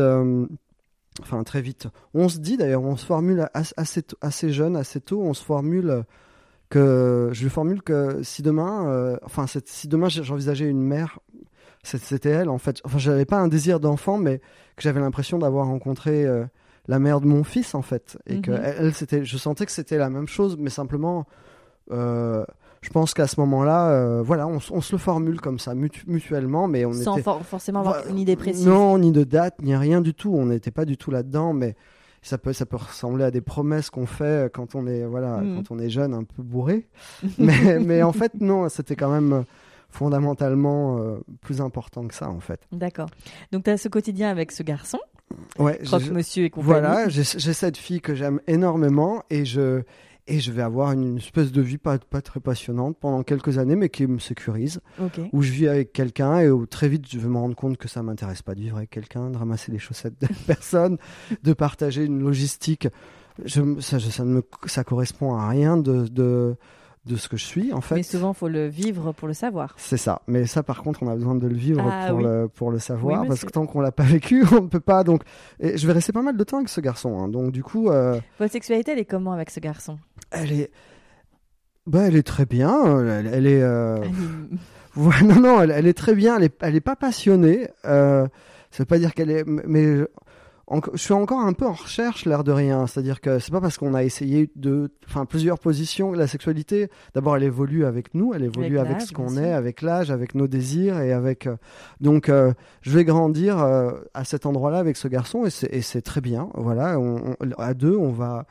on se dit d'ailleurs, on se formule assez jeune, assez tôt, on se formule que si demain, si demain j'envisageais une mère. C'était elle, en fait. Enfin, j'avais pas un désir d'enfant, mais que j'avais l'impression d'avoir rencontré la mère de mon fils, en fait. Et que je sentais que c'était la même chose, mais simplement, je pense qu'à ce moment-là, voilà, on se le formule comme ça, mutuellement, mais on
Sans
était...
forcément avoir une idée précise.
Non, ni de date, ni rien du tout. On n'était pas du tout là-dedans, mais ça peut ressembler à des promesses qu'on fait quand on est, quand on est jeune, un peu bourré. mais en fait, non, c'était quand même... fondamentalement plus important que ça, en fait.
D'accord. Donc tu as ce quotidien avec ce garçon,
ouais,
croque-monsieur et compagnie.
Voilà, j'ai cette fille que j'aime énormément, et je vais avoir une espèce de vie pas très passionnante pendant quelques années, mais qui me sécurise, où je vis avec quelqu'un, et où très vite je vais me rendre compte que ça m'intéresse pas de vivre avec quelqu'un, de ramasser les chaussettes de personne, de partager une logistique. Ça correspond à rien de ce que je suis, en fait.
Mais souvent, il faut le vivre pour le savoir.
C'est ça. Mais ça, par contre, on a besoin de le vivre pour le savoir,
oui,
parce que tant qu'on l'a pas vécu, on ne peut pas. Donc, et je vais rester pas mal de temps avec ce garçon. Hein. Donc, du coup...
Votre sexualité, elle est comment avec ce garçon?
Elle est très bien. Elle est... Ouais, non, elle est très bien. Elle est pas passionnée. Ça veut pas dire qu'elle est... Mais... je suis encore un peu en recherche, l'air de rien. C'est-à-dire que c'est pas parce qu'on a essayé plusieurs positions. La sexualité, d'abord, elle évolue avec nous, elle évolue avec ce qu'on est, avec l'âge, avec nos désirs, et avec. Donc, je vais grandir à cet endroit-là avec ce garçon, et c'est très bien. Voilà, à deux, on va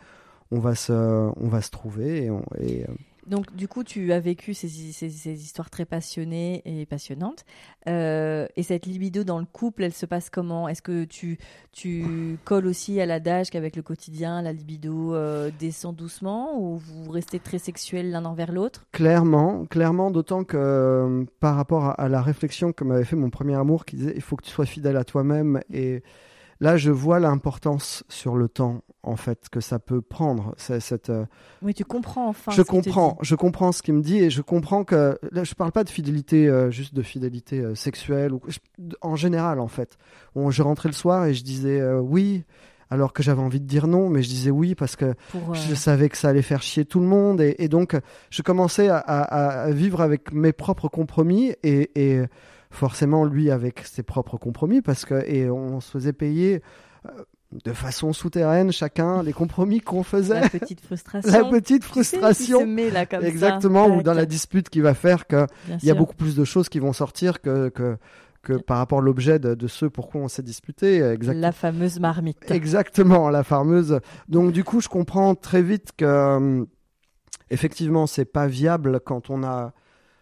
se trouver,
Donc, du coup, tu as vécu ces histoires très passionnées et passionnantes. Et cette libido dans le couple, elle se passe comment? Est-ce que tu colles aussi à l'adage qu'avec le quotidien, la libido descend doucement, ou vous restez très sexuels l'un envers l'autre?
Clairement, d'autant que par rapport à la réflexion que m'avait fait mon premier amour, qui disait il faut que tu sois fidèle à toi-même, et là, je vois l'importance sur le temps, en fait, que ça peut prendre.
Oui, tu comprends enfin.
Je comprends ce qu'il me dit, et je comprends que... Là, je parle pas de fidélité, juste de fidélité sexuelle, en général, en fait. Je rentrais le soir et je disais oui, alors que j'avais envie de dire non, mais je disais oui parce que je savais que ça allait faire chier tout le monde. Et donc, je commençais à vivre avec mes propres compromis, et forcément lui avec ses propres compromis, et on se faisait payer de façon souterraine chacun les compromis qu'on faisait.
La petite frustration.
Tu sais, qui se
met là comme
exactement,
ça.
Ou dans la dispute qui va faire qu'il y a beaucoup plus de choses qui vont sortir que par rapport à l'objet de ce pourquoi on s'est disputé.
La fameuse marmite.
Exactement, la fameuse. Donc du coup, je comprends très vite que effectivement, c'est pas viable quand on a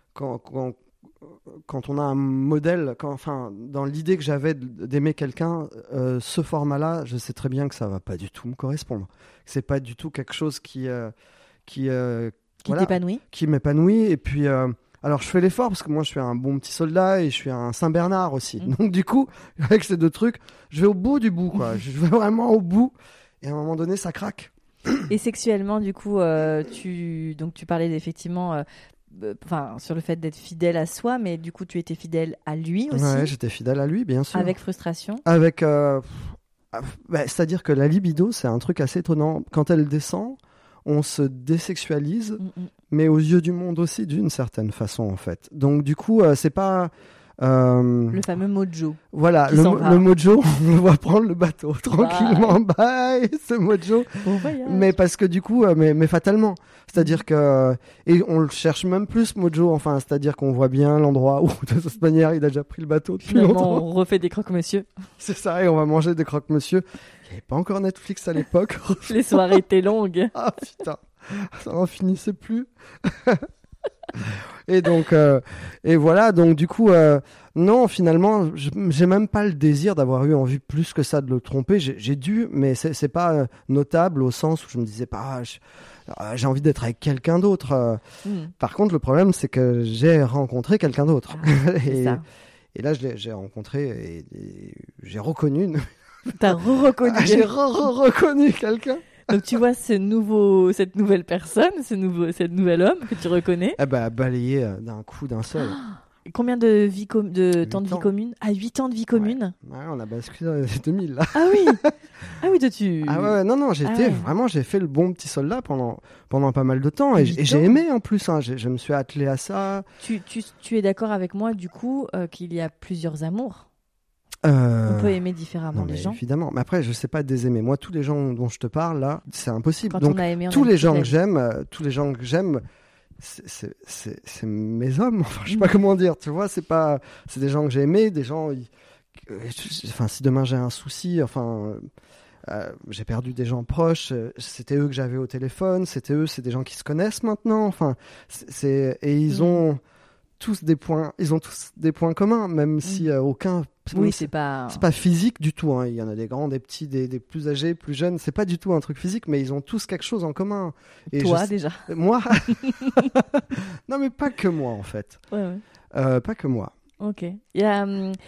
un modèle, dans l'idée que j'avais d'aimer quelqu'un, ce format-là, je sais très bien que ça va pas du tout me correspondre. C'est pas du tout quelque chose qui
t'épanouit.
Qui m'épanouit. Et puis Alors je fais l'effort parce que moi je suis un bon petit soldat et je suis un Saint-Bernard aussi. Donc du coup, avec ces deux trucs, je vais au bout du bout, quoi. Je vais vraiment au bout et à un moment donné, ça craque.
Et sexuellement, du coup, tu parlais effectivement sur le fait d'être fidèle à soi, mais du coup, tu étais fidèle à lui aussi.
Ouais, j'étais fidèle à lui, bien sûr.
Avec frustration.
Avec, c'est-à-dire que la libido, c'est un truc assez étonnant. Quand elle descend, on se désexualise, mais aux yeux du monde aussi, d'une certaine façon, en fait. Donc, du coup, c'est pas...
le fameux mojo.
Voilà, le mojo, on le voit prendre le bateau tranquillement. Bye, ce mojo.
Bon voyage.
Mais parce que du coup, mais fatalement. C'est-à-dire que... Et on le cherche même plus, mojo. Enfin, c'est-à-dire qu'on voit bien l'endroit où, de toute manière, il a déjà pris le bateau depuis longtemps.
On refait des croque-monsieur.
C'est ça, et on va manger des croque-monsieur. Il n'y avait pas encore Netflix à l'époque.
Les soirées étaient longues.
Ah putain, ça n'en finissait plus. Et donc, et voilà, donc du coup, non, finalement, j'ai même pas le désir d'avoir eu envie plus que ça de le tromper. J'ai dû, mais c'est pas notable au sens où je me disais pas, j'ai envie d'être avec quelqu'un d'autre. Par contre, le problème, c'est que j'ai rencontré quelqu'un d'autre. Et là, j'ai rencontré et j'ai reconnu.
T'as reconnu.
J'ai reconnu quelqu'un.
Donc tu vois cette nouvelle personne, cet nouvel homme que tu reconnais.
Balayé d'un coup, d'un seul.
Combien de temps de vie commune? 8 ans de vie commune.
Ouais, on a basculé dans les 2000 là.
Ah oui. Ah oui, toi tu.
Ah ouais, non, vraiment, j'ai fait le bon petit soldat pendant pas mal de temps et j'ai aimé en plus. Hein, je me suis attelé à ça.
Tu es d'accord avec moi du coup qu'il y a plusieurs amours? On peut aimer différemment les gens.
Évidemment, mais après je sais pas désaimer. Moi, tous les gens dont je te parle là, c'est impossible.
Quand
donc
on a aimé,
tous les gens que j'aime, c'est mes hommes. Enfin, je sais pas comment dire. Tu vois, c'est des gens que j'ai aimés, des gens. Enfin, si demain j'ai un souci, j'ai perdu des gens proches, c'était eux que j'avais au téléphone, c'est des gens qui se connaissent maintenant. Enfin, ils ont tous des points communs, même si aucun.
Oui, c'est pas
physique du tout. Hein. Il y en a des grands, des petits, des plus âgés, plus jeunes. C'est pas du tout un truc physique, mais ils ont tous quelque chose en commun. Et
toi déjà.
Moi. Non, mais pas que moi en fait.
Ouais.
Pas que moi.
Ok. Il y a,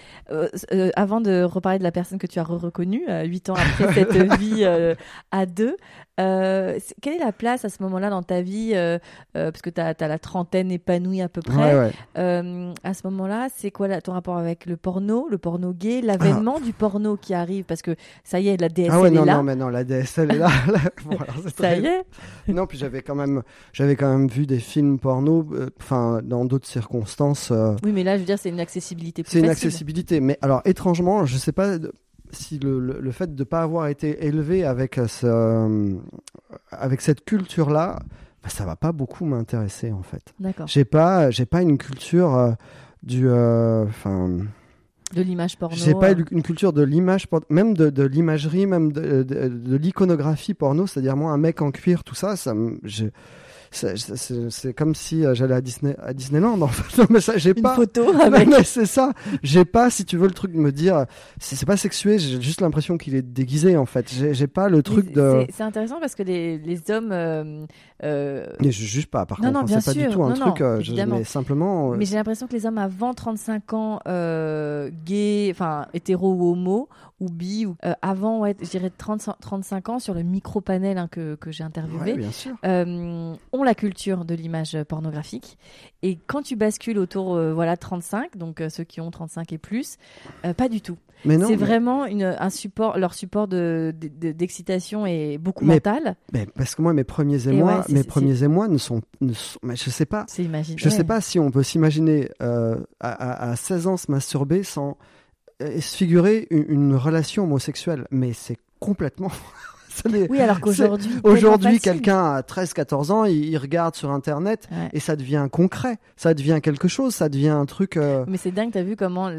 avant de reparler de la personne que tu as reconnue, 8 ans après cette vie à deux, quelle est la place à ce moment-là dans ta vie, parce que tu as la trentaine épanouie à peu près.
Ouais.
À ce moment-là, c'est quoi ton rapport avec le porno gay, l'avènement du porno qui arrive, parce que ça y est, la DSL est là.
Non, la DSL est là. Bon, alors,
ça y est.
Non, puis j'avais quand même vu des films porno, dans d'autres circonstances.
Oui, mais là, je veux dire, c'est une accessibilité plus
facile.
Une
accessibilité, mais alors étrangement, je sais pas si le fait de ne pas avoir été élevé avec cette culture-là, ça va pas beaucoup m'intéresser en fait.
D'accord.
J'ai pas une culture de
l'image porno.
J'ai pas une culture de l'image, même de l'imagerie, même de l'iconographie porno. C'est-à-dire moi, un mec en cuir, tout ça, c'est comme si j'allais à Disneyland en fait. Non, mais ça, j'ai pas
une photo avec.
Non, mais c'est ça. J'ai pas, si tu veux, le truc de me dire c'est pas sexué. J'ai juste l'impression qu'il est déguisé en fait. J'ai pas le truc de.
C'est intéressant parce que les hommes.
Mais je juge pas. Par contre, c'est pas du tout un truc. Mais simplement.
Mais j'ai l'impression que les hommes avant 35 ans, gays, enfin hétéro ou homo ou bi, ou avant, je dirais 35 ans sur le micro-panel que j'ai interviewé.
Ouais, bien sûr.
Ont la culture de l'image pornographique, et quand tu bascules autour 35, donc ceux qui ont 35 et plus, pas du tout. C'est vraiment un support, leur support d'excitation est beaucoup mental.
Mais parce que moi, mes premiers émois ne sont mais je sais pas. Je sais pas si on peut s'imaginer à 16 ans se masturber sans se figurer une relation homosexuelle, mais c'est complètement.
Oui, alors qu'aujourd'hui,
quelqu'un à 13-14 ans, il regarde sur Internet et ça devient concret, ça devient quelque chose, ça devient un truc.
Mais c'est dingue, t'as vu comment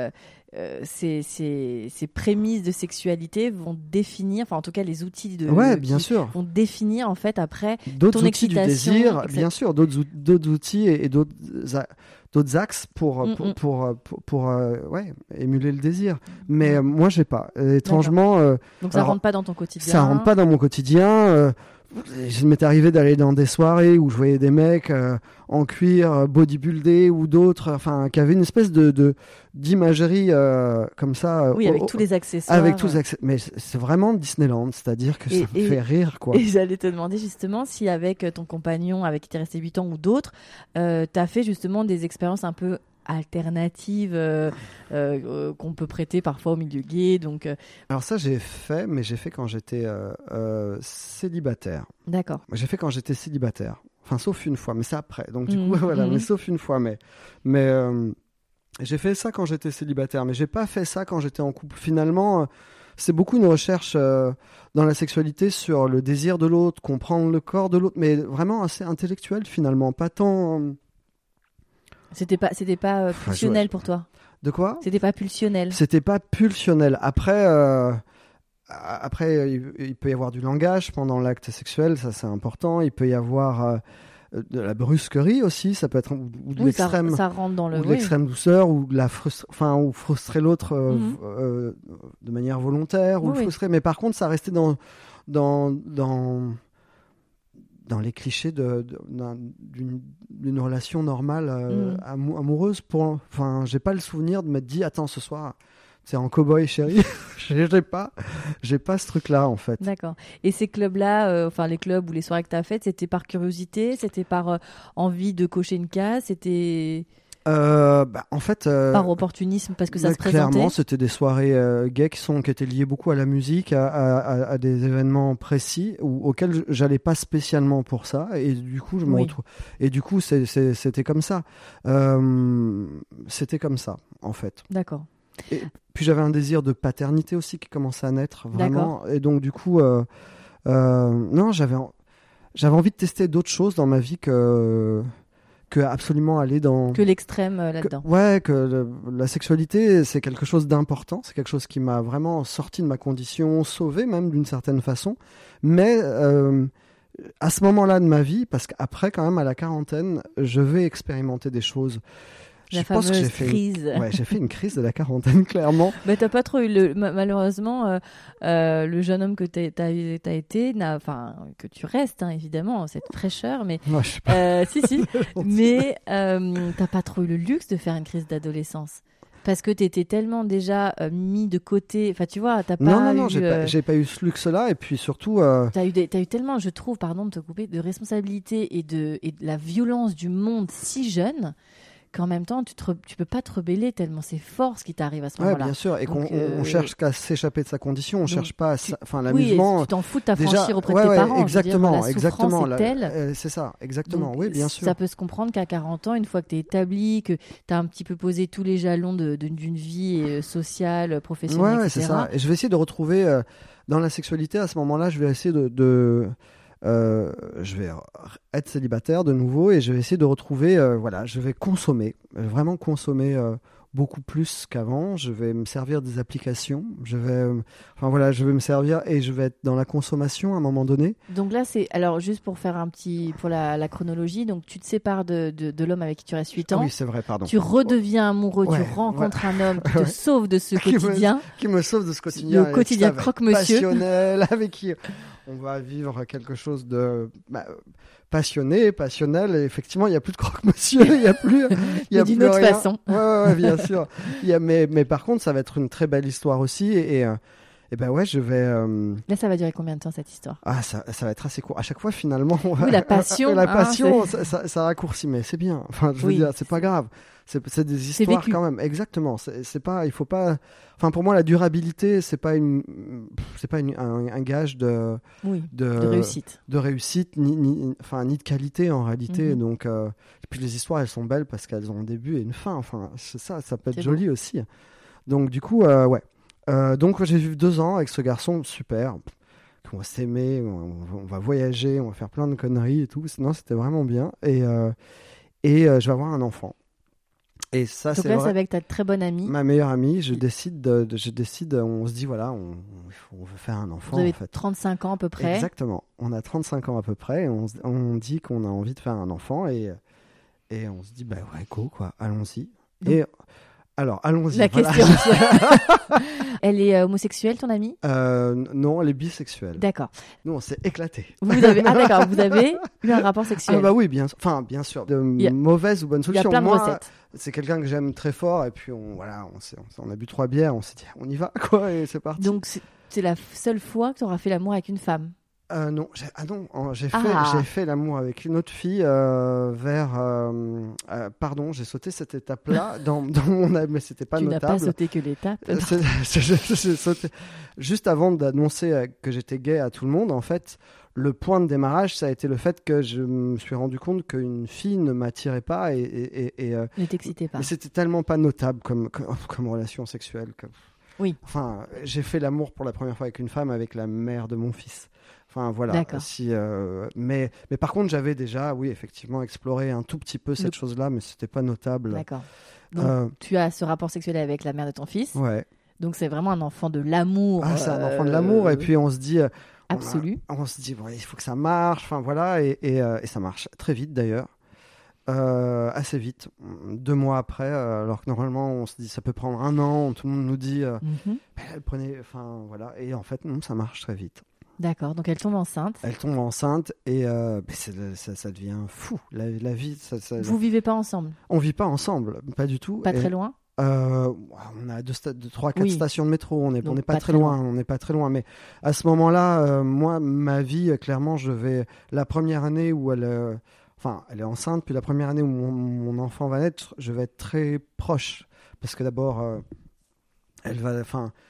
ces prémices de sexualité vont définir, enfin en tout cas les outils vont définir en fait après
d'autres
ton
outils du désir, bien sûr, d'autres outils et d'autres axes pour émuler le désir. Mais moi j'ai pas. Étrangement.
Donc ça rentre pas dans ton quotidien.
Ça rentre pas dans mon quotidien. je m'étais arrivé d'aller dans des soirées où je voyais des mecs en cuir, bodybuildés ou d'autres, enfin, qui avaient une espèce d'imagerie comme ça.
Oui, avec tous les accessoires.
Avec tous les accessoires. Mais c'est vraiment Disneyland, c'est-à-dire que ça me fait rire, quoi.
Et j'allais te demander justement si avec ton compagnon, avec qui t'es resté 8 ans ou d'autres, t'as fait justement des expériences un peu alternatives qu'on peut prêter parfois au milieu gay. Donc,
Alors ça, j'ai fait quand j'étais célibataire.
D'accord.
J'ai fait quand j'étais célibataire. Enfin, sauf une fois, mais c'est après. Donc du coup, voilà, mais sauf une fois. Mais j'ai fait ça quand j'étais célibataire, mais j'ai pas fait ça quand j'étais en couple. Finalement, c'est beaucoup une recherche dans la sexualité sur le désir de l'autre, comprendre le corps de l'autre, mais vraiment assez intellectuel finalement, pas tant...
C'était pas pulsionnel pour toi?
De quoi?
C'était pas pulsionnel.
C'était pas pulsionnel. Après, il peut y avoir du langage pendant l'acte sexuel, ça c'est important. Il peut y avoir de la brusquerie aussi, ça peut être ou de l'extrême,
ça rentre dans le
ou de l'extrême douceur, ou de la ou frustrer l'autre de manière volontaire, ou le frustrer. Mais par contre, ça restait dans les clichés d'une relation normale amoureuse. Enfin, j'ai pas le souvenir de m'être dit attends, ce soir c'est en cow-boy chérie. j'ai pas ce truc-là en fait.
D'accord. Et ces clubs-là, enfin les clubs ou les soirées que t'as faites, c'était par curiosité, c'était par envie de cocher une case, c'était
en fait,
par opportunisme parce que ça se présentait.
Clairement, c'était des soirées gays qui étaient liées beaucoup à la musique, à des événements précis auxquels j'allais pas spécialement pour ça, et du coup je me retrouve. Et du coup c'était comme ça. C'était comme ça en fait.
D'accord.
Et puis j'avais un désir de paternité aussi qui commençait à naître vraiment.
D'accord.
Et donc du coup, non, j'avais envie de tester d'autres choses dans ma vie que absolument aller dans...
Que l'extrême là-dedans.
La sexualité, c'est quelque chose d'important. C'est quelque chose qui m'a vraiment sorti de ma condition, sauvé même d'une certaine façon. Mais à ce moment-là de ma vie, parce qu'après, quand même, à la quarantaine, je vais expérimenter des choses.
La fameuse crise.
J'ai fait une crise de la quarantaine, clairement.
Mais t'as pas trop eu malheureusement le jeune homme que t'as été, que tu restes évidemment, cette fraîcheur, mais
ouais, je sais pas.
si, mais t'as pas trop eu le luxe de faire une crise d'adolescence. Parce que t'étais tellement déjà mis de côté, enfin tu vois, t'as pas
Non, j'ai pas eu ce luxe-là, et puis surtout...
T'as eu tellement, je trouve, pardon de te couper, de responsabilité et de la violence du monde si jeune, qu'en même temps, tu peux pas te rebeller tellement c'est fort ce qui t'arrive à ce moment-là.
Bien sûr, et
donc,
on cherche qu'à s'échapper de sa condition, on cherche pas l'amusement.
Oui, tu t'en fous de t'affranchir auprès de tes parents.
Exactement,
exactement. Est telle.
C'est ça, exactement,
donc,
oui, bien sûr.
Ça peut se comprendre qu'à 40 ans, une fois que tu es établi, que tu as un petit peu posé tous les jalons d'une vie sociale, professionnelle, etc.
C'est ça. Et je vais essayer de retrouver, dans la sexualité, à ce moment-là, je vais essayer je vais être célibataire de nouveau et je vais essayer de retrouver, je vais vraiment consommer beaucoup plus qu'avant. Je vais me servir des applications, je vais me servir et je vais être dans la consommation à un moment donné.
Donc là, alors juste pour faire pour la chronologie, donc tu te sépares de l'homme avec qui tu restes 8 ans.
Ah oui, c'est vrai, pardon.
Tu redeviens amoureux, tu rencontres un homme qui te sauve de ce quotidien.
Qui me sauve de ce quotidien.
Le quotidien croque-monsieur.
Passionnel, avec qui on va vivre quelque chose de passionné, passionnel. Et effectivement, il n'y a plus de croque-monsieur, il n'y a plus.
Mais d'une autre façon.
Ouais, bien sûr. Mais par contre, ça va être une très belle histoire aussi. Et je vais.
Là, ça va durer combien de temps cette histoire?
Ça va être assez court. À chaque fois, finalement.
Oui, la passion.
Ça raccourcit, mais c'est bien. Enfin, je veux dire, c'est pas grave. C'est des histoires quand même. Exactement. C'est pas. Il faut pas. Enfin, pour moi, la durabilité, c'est pas un gage de
réussite.
De réussite, ni de qualité en réalité. Donc, et puis les histoires, elles sont belles parce qu'elles ont un début et une fin. Enfin, ça peut être joli aussi. Donc, du coup, donc j'ai vu 2 ans avec ce garçon super. On va s'aimer, on va voyager, on va faire plein de conneries et tout. Non, c'était vraiment bien. Et je vais avoir un enfant. Et ça,
donc
c'est
là,
vrai.
C'est avec ta très bonne amie.
Ma meilleure amie. Je décide, on se dit voilà, on veut faire un enfant.
Vous avez
en fait.
35 ans à peu près.
Exactement. On a 35 ans à peu près. Et on dit qu'on a envie de faire un enfant et on se dit go quoi, allons-y.
Donc,
Alors, allons-y.
La
voilà.
question. Elle est homosexuelle, ton amie?
Non, elle est bisexuelle.
D'accord.
Nous, on s'est éclatés.
Vous avez eu un rapport sexuel?
Ah bah oui, bien sûr. De mauvaises ou bonnes solutions.
Il y a plein de recettes.
C'est quelqu'un que j'aime très fort et puis on a bu 3 bières, on s'est dit on y va quoi et c'est parti.
Donc c'est la seule fois que tu auras fait l'amour avec une femme?
Non, j'ai fait l'amour avec une autre fille j'ai sauté cette étape-là dans mon âme, mais c'était pas notable.
Tu n'as pas sauté que l'étape.
J'ai sauté juste avant d'annoncer que j'étais gay à tout le monde. En fait, le point de démarrage, ça a été le fait que je me suis rendu compte qu'une fille ne m'attirait pas et
ne t'excitait pas.
Mais c'était tellement pas notable comme relation sexuelle.
Oui.
Enfin, j'ai fait l'amour pour la première fois avec une femme, avec la mère de mon fils. Enfin voilà.
D'accord.
Mais par contre, j'avais déjà, oui, effectivement, exploré un tout petit peu cette chose-là, mais c'était pas notable.
D'accord. Donc tu as ce rapport sexuel avec la mère de ton fils.
Ouais.
Donc c'est vraiment un enfant de l'amour.
Ah, c'est un enfant de l'amour, et puis on se dit.
Absolu.
On se dit, bon, il faut que ça marche. Enfin voilà, et ça marche très vite d'ailleurs. Assez vite, 2 mois après, alors que normalement on se dit ça peut prendre 1 an, tout le monde nous dit enfin voilà, et en fait non, ça marche très vite.
D'accord, donc elle tombe enceinte.
Et ça devient fou, la vie.
Vous vivez pas ensemble?
On vit pas ensemble, pas du tout.
Pas très loin?
On a 3-4 stations de métro, on n'est pas très loin, on n'est pas très loin, mais à ce moment-là, moi, ma vie, clairement, la première année où elle est enceinte, puis la première année où mon enfant va naître, je vais être très proche. Parce que d'abord, elle va.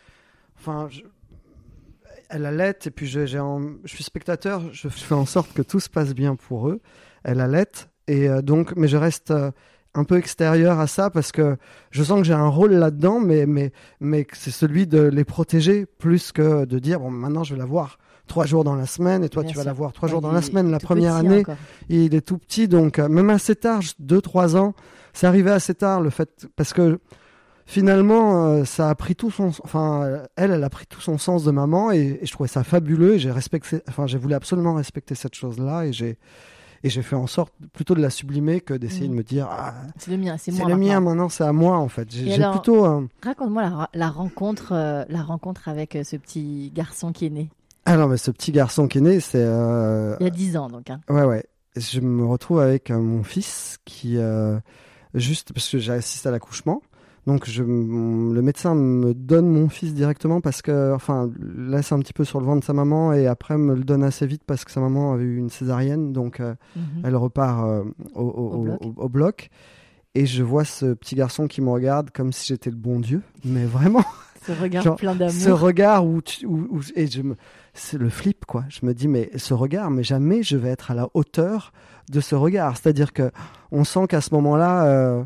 Elle allait, et puis je suis spectateur, je fais en sorte que tout se passe bien pour eux. Elle allait, et donc, mais je reste un peu extérieur à ça parce que je sens que j'ai un rôle là-dedans, mais c'est celui de les protéger plus que de dire bon, maintenant je vais la voir 3 jours dans la semaine et toi tu vas la voir 3 jours dans la semaine. La première année, il est tout petit, donc même assez tard, 2-3 ans, c'est arrivé assez tard le fait, parce que finalement ça a pris tout son, elle a pris tout son sens de maman et je trouvais ça fabuleux et j'ai voulu absolument respecter cette chose-là et j'ai fait en sorte plutôt de la sublimer que d'essayer de me dire
c'est le mien, c'est moi.
C'est le mien maintenant, c'est à moi en fait.
Raconte-moi la rencontre avec ce petit garçon qui est né.
Alors, mais ce petit garçon qui est né, c'est...
Il y a 10 ans, donc. Hein.
Ouais. Je me retrouve avec mon fils qui... juste parce que j'assiste à l'accouchement. Donc, le médecin me donne mon fils directement parce que... laisse un petit peu sur le ventre de sa maman et après me le donne assez vite parce que sa maman avait eu une césarienne. Donc, elle repart au bloc. Et je vois ce petit garçon qui me regarde comme si j'étais le bon Dieu. Mais vraiment...
Ce regard plein d'amour.
Ce regard c'est le flip, quoi. Je me dis, mais ce regard, mais jamais je vais être à la hauteur de ce regard. C'est-à-dire que on sent qu'à ce moment-là,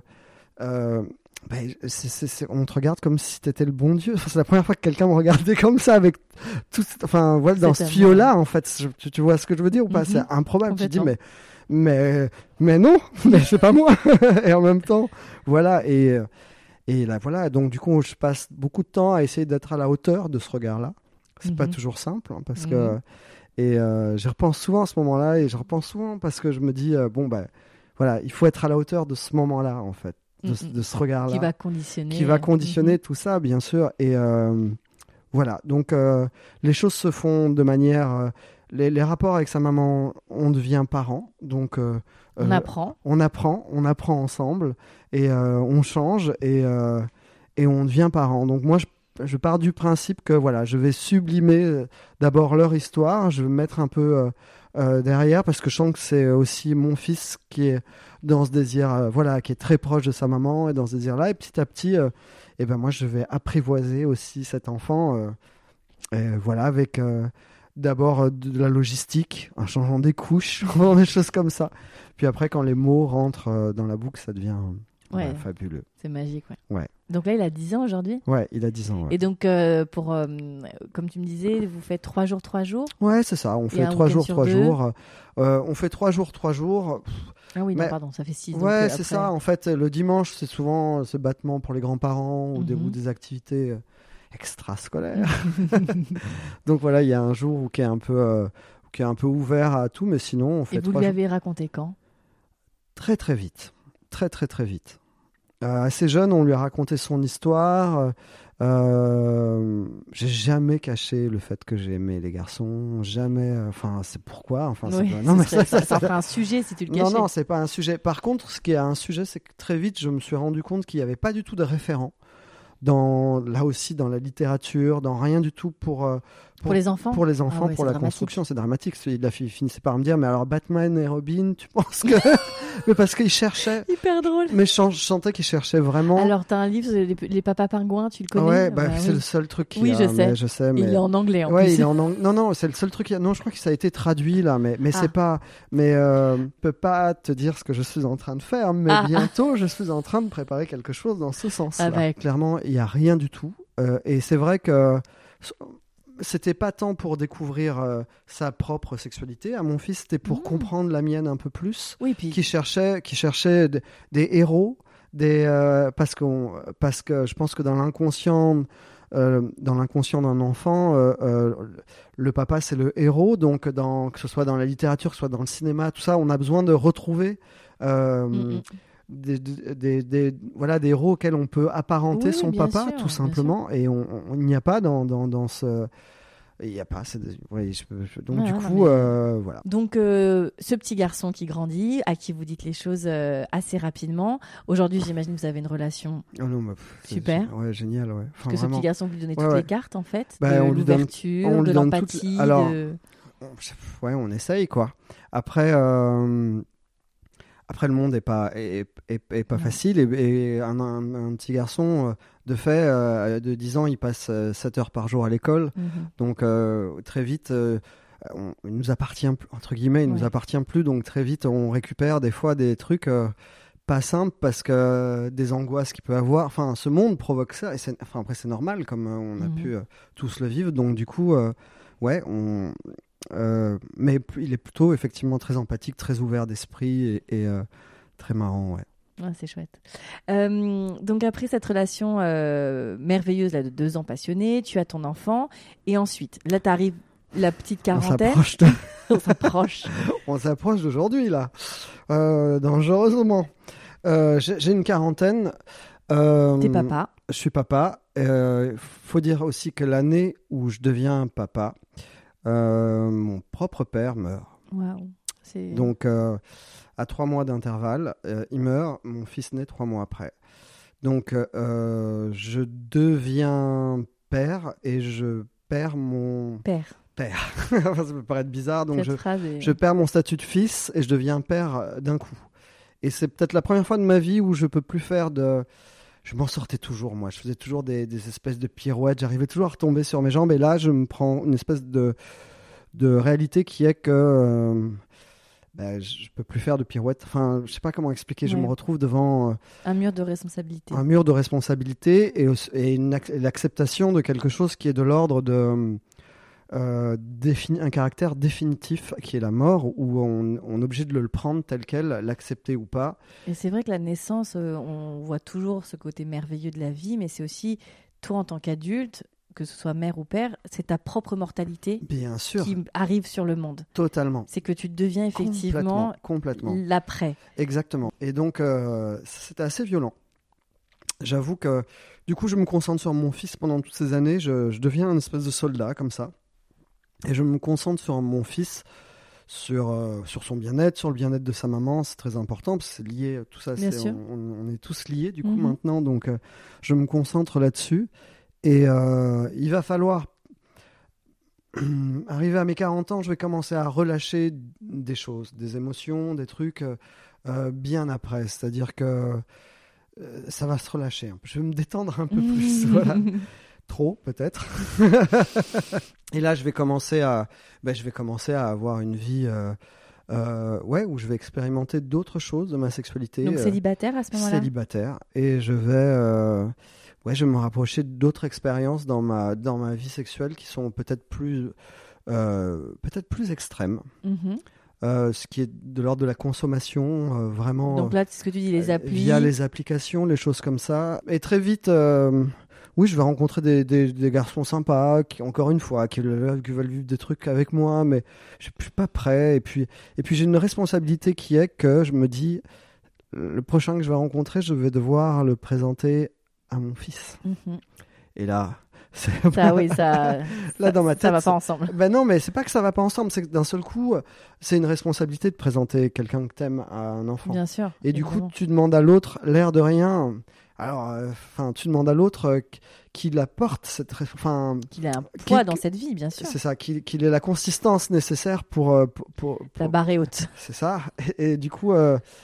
on te regarde comme si t'étais le bon Dieu. C'est la première fois que quelqu'un me regardait comme ça, avec tout, dans ce tuyau-là, en fait. Tu vois ce que je veux dire ou pas? C'est improbable. Tu te dis, mais non, mais c'est pas moi. Et en même temps, voilà. Et là, voilà. Donc, du coup, je passe beaucoup de temps à essayer d'être à la hauteur de ce regard-là. C'est pas toujours simple, parce que... Et j'y repense souvent à ce moment-là, et je repense souvent parce que je me dis, voilà, il faut être à la hauteur de ce moment-là, en fait, de ce regard-là. Qui va conditionner tout ça, bien sûr. Et voilà, donc les choses se font de manière... les rapports avec sa maman, on devient parents, donc...
on apprend
ensemble, et on change, et on devient parents. Donc moi, je pars du principe que voilà, je vais sublimer d'abord leur histoire, je vais me mettre un peu derrière parce que je sens que c'est aussi mon fils qui est dans ce désir, qui est très proche de sa maman et dans ce désir-là. Et petit à petit, moi, je vais apprivoiser aussi cet enfant, avec d'abord de la logistique, en changeant des couches, des choses comme ça. Puis après, quand les mots rentrent dans la boucle, ça devient fabuleux.
C'est magique,
ouais.
Donc là, il a 10 ans aujourd'hui ?
Ouais, il a 10 ans. Ouais.
Et donc, comme tu me disais, vous faites 3 jours, 3 jours ?
Ouais, c'est ça. On fait 3 jours, 3 jours. On fait 3 jours, 3 jours.
Ah oui, non, pardon, ça fait 6.
Ouais, c'est ça. En fait, le dimanche, c'est souvent ce battement pour les grands-parents ou des activités extrascolaires. Donc voilà, il y a un jour qui est un peu ouvert à tout, mais sinon, on fait 3 jours.
Et vous lui avez raconté quand ?
Très, très vite. Très, très, très vite. assez jeune, on lui a raconté son histoire. J'ai jamais caché le fait que j'ai aimé les garçons, jamais. Enfin, c'est pourquoi. Enfin,
oui,
c'est pas... Non, mais
ça ferait un sujet si tu le cachais.
Non, c'est pas un sujet. Par contre, ce qui est un sujet, c'est que très vite, je me suis rendu compte qu'il n'y avait pas du tout de référent là aussi dans la littérature, dans rien du tout pour
les enfants.
Pour les enfants,
ouais,
pour la
dramatique.
construction, c'est dramatique. Il finissait par me dire, mais alors Batman et Robin, tu penses que... Mais parce qu'il cherchait...
Hyper drôle.
Mais je sentais qu'il cherchait vraiment...
Alors, t'as un livre, les papas pingouins, tu le connais?
Ouais, c'est le seul truc qu'il y a.
Oui,
je sais. Mais...
Il est en anglais, en
ouais,
plus.
Il est en anglais. Non, c'est le seul truc qu'il y a. Non, je crois que ça a été traduit, là, mais c'est pas... Mais je peux pas te dire ce que je suis en train de faire, mais bientôt, je suis en train de préparer quelque chose dans ce sens-là.
Ouais.
Clairement, il n'y a rien du tout. Et c'est vrai que... C'était pas tant pour découvrir sa propre sexualité. À mon fils, c'était pour comprendre la mienne un peu plus.
Oui, puis...
Qui cherchait des héros, parce que je pense que dans l'inconscient d'un enfant, le papa c'est le héros. Donc que ce soit dans la littérature, que ce soit dans le cinéma, tout ça, on a besoin de retrouver. Des héros auxquels on peut apparenter son papa,
sûr,
tout simplement, et on n'y a pas dans ce... Il n'y a pas... Donc du coup, voilà.
Donc ce petit garçon qui grandit, à qui vous dites les choses assez rapidement. Aujourd'hui, j'imagine que vous avez une relation super.
Génial, ouais.
Parce que ce petit garçon, vous lui donnez toutes les cartes, en fait,
de
l'ouverture, de l'empathie.
Alors, on essaye, quoi. Après, le monde n'est pas facile, et un petit garçon, de fait, de 10 ans, il passe 7 heures par jour à l'école. Donc, très vite, il nous appartient, entre guillemets, il nous appartient plus. Donc, très vite, on récupère des fois des trucs pas simples, parce que des angoisses qu'il peut avoir. Enfin, ce monde provoque ça. Et après, c'est normal, comme on a pu tous le vivre. Donc, du coup, mais il est plutôt effectivement très empathique, très ouvert d'esprit et très marrant,
ouais. C'est chouette. Donc après cette relation merveilleuse là, de 2 ans passionnés, tu as ton enfant et ensuite, là t'arrives la petite quarantaine. On s'approche.
On s'approche d'aujourd'hui là, dangereusement. J'ai une quarantaine.
T'es papa.
Je suis papa. Faut dire aussi que l'année où je deviens papa, mon propre père meurt.
Waouh.
Donc, à 3 mois d'intervalle, il meurt. Mon fils naît 3 mois après. Donc, je deviens père et je perds mon... Père. Ça peut paraître bizarre. Donc, je perds mon statut de fils et je deviens père d'un coup. Et c'est peut-être la première fois de ma vie où je peux plus faire de... Je m'en sortais toujours, moi. Je faisais toujours des espèces de pirouettes. J'arrivais toujours à retomber sur mes jambes. Et là, je me prends une espèce de réalité qui est que je peux plus faire de pirouettes. Enfin, je sais pas comment expliquer. Je me retrouve devant...
un mur de responsabilité.
Un mur de responsabilité et l'acceptation de quelque chose qui est de l'ordre de... un caractère définitif qui est la mort, où on est obligé de le prendre tel quel, l'accepter ou pas.
Et c'est vrai que la naissance, on voit toujours ce côté merveilleux de la vie, mais c'est aussi toi en tant qu'adulte, que ce soit mère ou père, c'est ta propre mortalité
Bien sûr.
Qui arrive sur le monde.
Totalement.
C'est que tu deviens effectivement
complètement.
l'après.
Exactement. Et donc c'était assez violent. J'avoue que du coup je me concentre sur mon fils pendant toutes ces années, je deviens une espèce de soldat comme ça. Et je me concentre sur mon fils, sur son bien-être, sur le bien-être de sa maman. C'est très important parce que c'est lié, tout ça. On est tous liés du coup maintenant. Donc je me concentre là-dessus. Et il va falloir... Arrivé à mes 40 ans, je vais commencer à relâcher des choses, des émotions, des trucs bien après. C'est-à-dire que ça va se relâcher. Je vais me détendre un peu plus. Voilà. Trop, peut-être. Et là, je vais commencer à avoir une vie où je vais expérimenter d'autres choses de ma sexualité.
Donc célibataire à ce moment-là ?
Célibataire. Et je vais me rapprocher d'autres expériences dans ma vie sexuelle qui sont peut-être plus extrêmes. Ce qui est de l'ordre de la consommation, vraiment.
Donc là, c'est ce que tu dis, les applis.
Via les applications, les choses comme ça. Et très vite... oui, je vais rencontrer des garçons sympas qui, encore une fois, qui veulent vivre des trucs avec moi, mais je suis pas prêt. Et puis j'ai une responsabilité qui est que je me dis, le prochain que je vais rencontrer, je vais devoir le présenter à mon fils. Et là,
là,
dans ma tête,
ça va pas ensemble.
Ben non, mais c'est pas que ça va pas ensemble, c'est que d'un seul coup, c'est une responsabilité de présenter quelqu'un que t'aimes à un enfant.
Bien sûr.
Et
évidemment.
du coup, tu demandes à l'autre, l'air de rien. Alors, tu demandes à l'autre qu'il apporte
qu'il ait un poids dans cette vie, bien sûr.
C'est ça, qu'il ait la consistance nécessaire pour
la barre est haute.
C'est ça. Et du coup,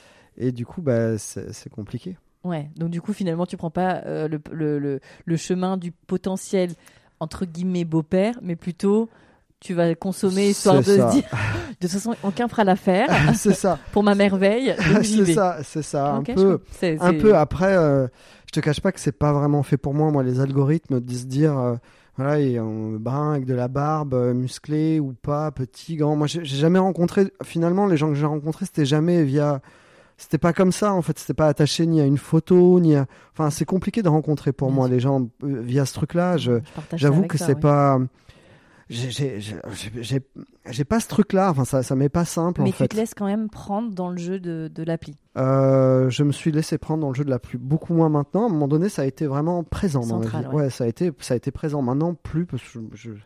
c'est compliqué.
Ouais, donc du coup, finalement, tu prends pas le chemin du potentiel, entre guillemets, beau-père, mais plutôt, tu vas consommer histoire de se dire, de toute façon, aucun fera l'affaire.
C'est ça.
Pour ma merveille, donc j'y vais.
C'est ça.
Okay,
un peu après, je te cache pas que c'est pas vraiment fait pour moi. Moi, les algorithmes de se dire, voilà, et un brun avec de la barbe, musclé ou pas, petit, grand. Moi, j'ai jamais rencontré, finalement, les gens que j'ai rencontrés, c'était jamais c'était pas comme ça, en fait. C'était pas attaché ni à une photo, enfin, c'est compliqué de rencontrer pour moi les gens via ce truc-là. J'avoue que c'est pas. J'ai pas ce truc-là. Enfin, ça m'est pas simple.
Mais
en fait.
tu te laisses quand même prendre dans le jeu de l'appli.
Je me suis laissé prendre dans le jeu de l'appli beaucoup moins maintenant. À un moment donné, ça a été vraiment présent dans ma vie. Ouais, ça a été présent. Maintenant, plus parce que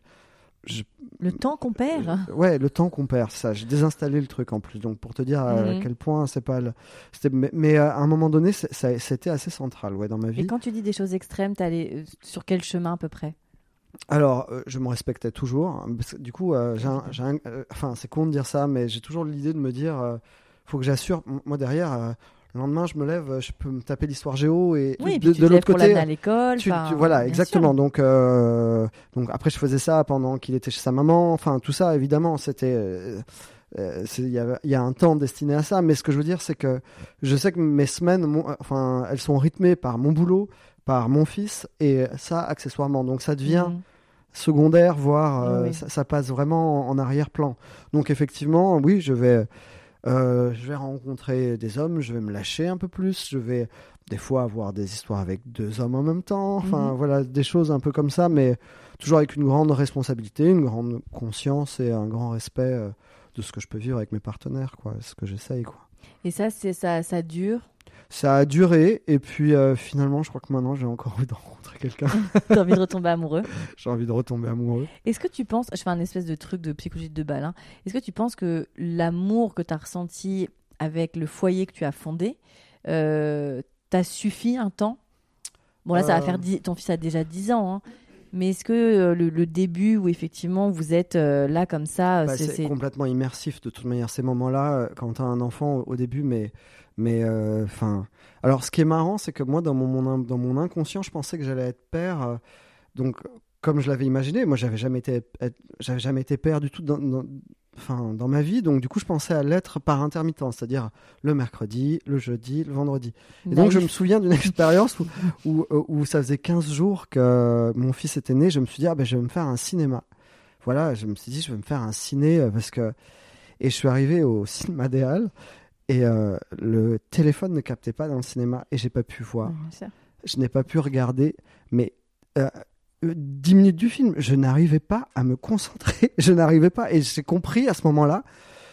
le temps qu'on perd.
Ouais, le temps qu'on perd, ça. J'ai désinstallé le truc en plus, donc pour te dire à quel point c'est pas. Mais à un moment donné, c'était assez central, ouais, dans ma vie.
Et quand tu dis des choses extrêmes, t'es allé sur quel chemin à peu près?
Alors, je me respectais toujours. Parce que, du coup, c'est con de dire ça, mais j'ai toujours l'idée de me dire, faut que j'assure. Moi derrière. Le lendemain, je me lève, je peux me taper l'histoire géo et
de l'autre côté, pour à l'école.
Voilà, exactement. Donc après, je faisais ça pendant qu'il était chez sa maman. Enfin, tout ça, évidemment, c'était. Il y a un temps destiné à ça. Mais ce que je veux dire, c'est que je sais que mes semaines, elles sont rythmées par mon boulot, par mon fils et ça accessoirement. Donc ça devient secondaire, voire ça passe vraiment en arrière-plan. Donc effectivement, oui, je vais rencontrer des hommes, je vais me lâcher un peu plus, je vais des fois avoir des histoires avec 2 hommes en même temps, enfin voilà, des choses un peu comme ça, mais toujours avec une grande responsabilité, une grande conscience et un grand respect de ce que je peux vivre avec mes partenaires, quoi, ce que j'essaye, quoi.
Et ça dure?
Ça a duré, et puis finalement, je crois que maintenant, j'ai encore envie de rencontrer quelqu'un.
T'as envie de retomber amoureux?
J'ai envie de retomber amoureux.
Est-ce que tu penses, je fais un espèce de truc de psychologie de 2 balles, hein. Est-ce que tu penses que l'amour que tu as ressenti avec le foyer que tu as fondé t'a suffi un temps? Bon, là, ça va faire ton fils a déjà 10 ans, hein. Mais est-ce que le début où effectivement vous êtes là comme ça,
c'est complètement immersif de toute manière ces moments-là quand tu as un enfant au début, mais alors ce qui est marrant, c'est que moi dans mon inconscient, je pensais que j'allais être père, donc comme je l'avais imaginé. Moi, j'avais jamais été père du tout dans ma vie, donc du coup je pensais à l'être par intermittence, c'est-à-dire le mercredi, le jeudi, le vendredi. Et donc je me souviens d'une expérience où ça faisait 15 jours que mon fils était né. Je me suis dit, je vais me faire un cinéma. Voilà, je me suis dit, je vais me faire un ciné et je suis arrivé au cinéma des Halles et le téléphone ne captait pas dans le cinéma et j'ai pas pu voir. Je n'ai pas pu regarder, mais 10 minutes du film, je n'arrivais pas à me concentrer, et j'ai compris à ce moment-là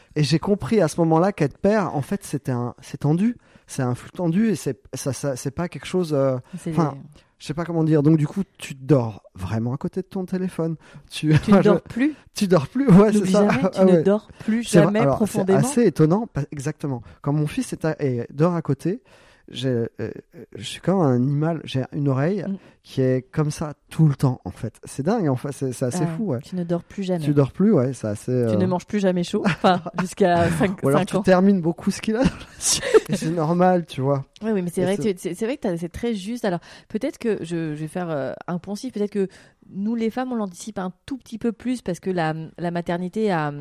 qu'être père, en fait, c'est tendu, c'est un flux tendu et c'est pas quelque chose, je sais pas comment dire. Donc du coup, tu dors vraiment à côté de ton téléphone. Tu
ne dors plus.
Tu dors plus, ouais, c'est ça.
Jamais, tu ne dors plus jamais profondément.
C'est assez étonnant, exactement. Quand mon fils dort à côté, je suis comme un animal, j'ai une oreille qui est comme ça tout le temps, en fait. C'est dingue, en fait, c'est assez fou, ouais.
Tu ne dors plus jamais.
Tu dors plus, ouais, c'est assez...
Tu ne manges plus jamais chaud, enfin, jusqu'à 5 ans.
Ou alors tu termines beaucoup ce qu'il a dans l'assiette. C'est normal, tu vois.
Oui, mais c'est vrai que c'est très juste. Alors, peut-être que, je vais faire un poncif, peut-être que nous, les femmes, on l'anticipe un tout petit peu plus parce que la maternité a...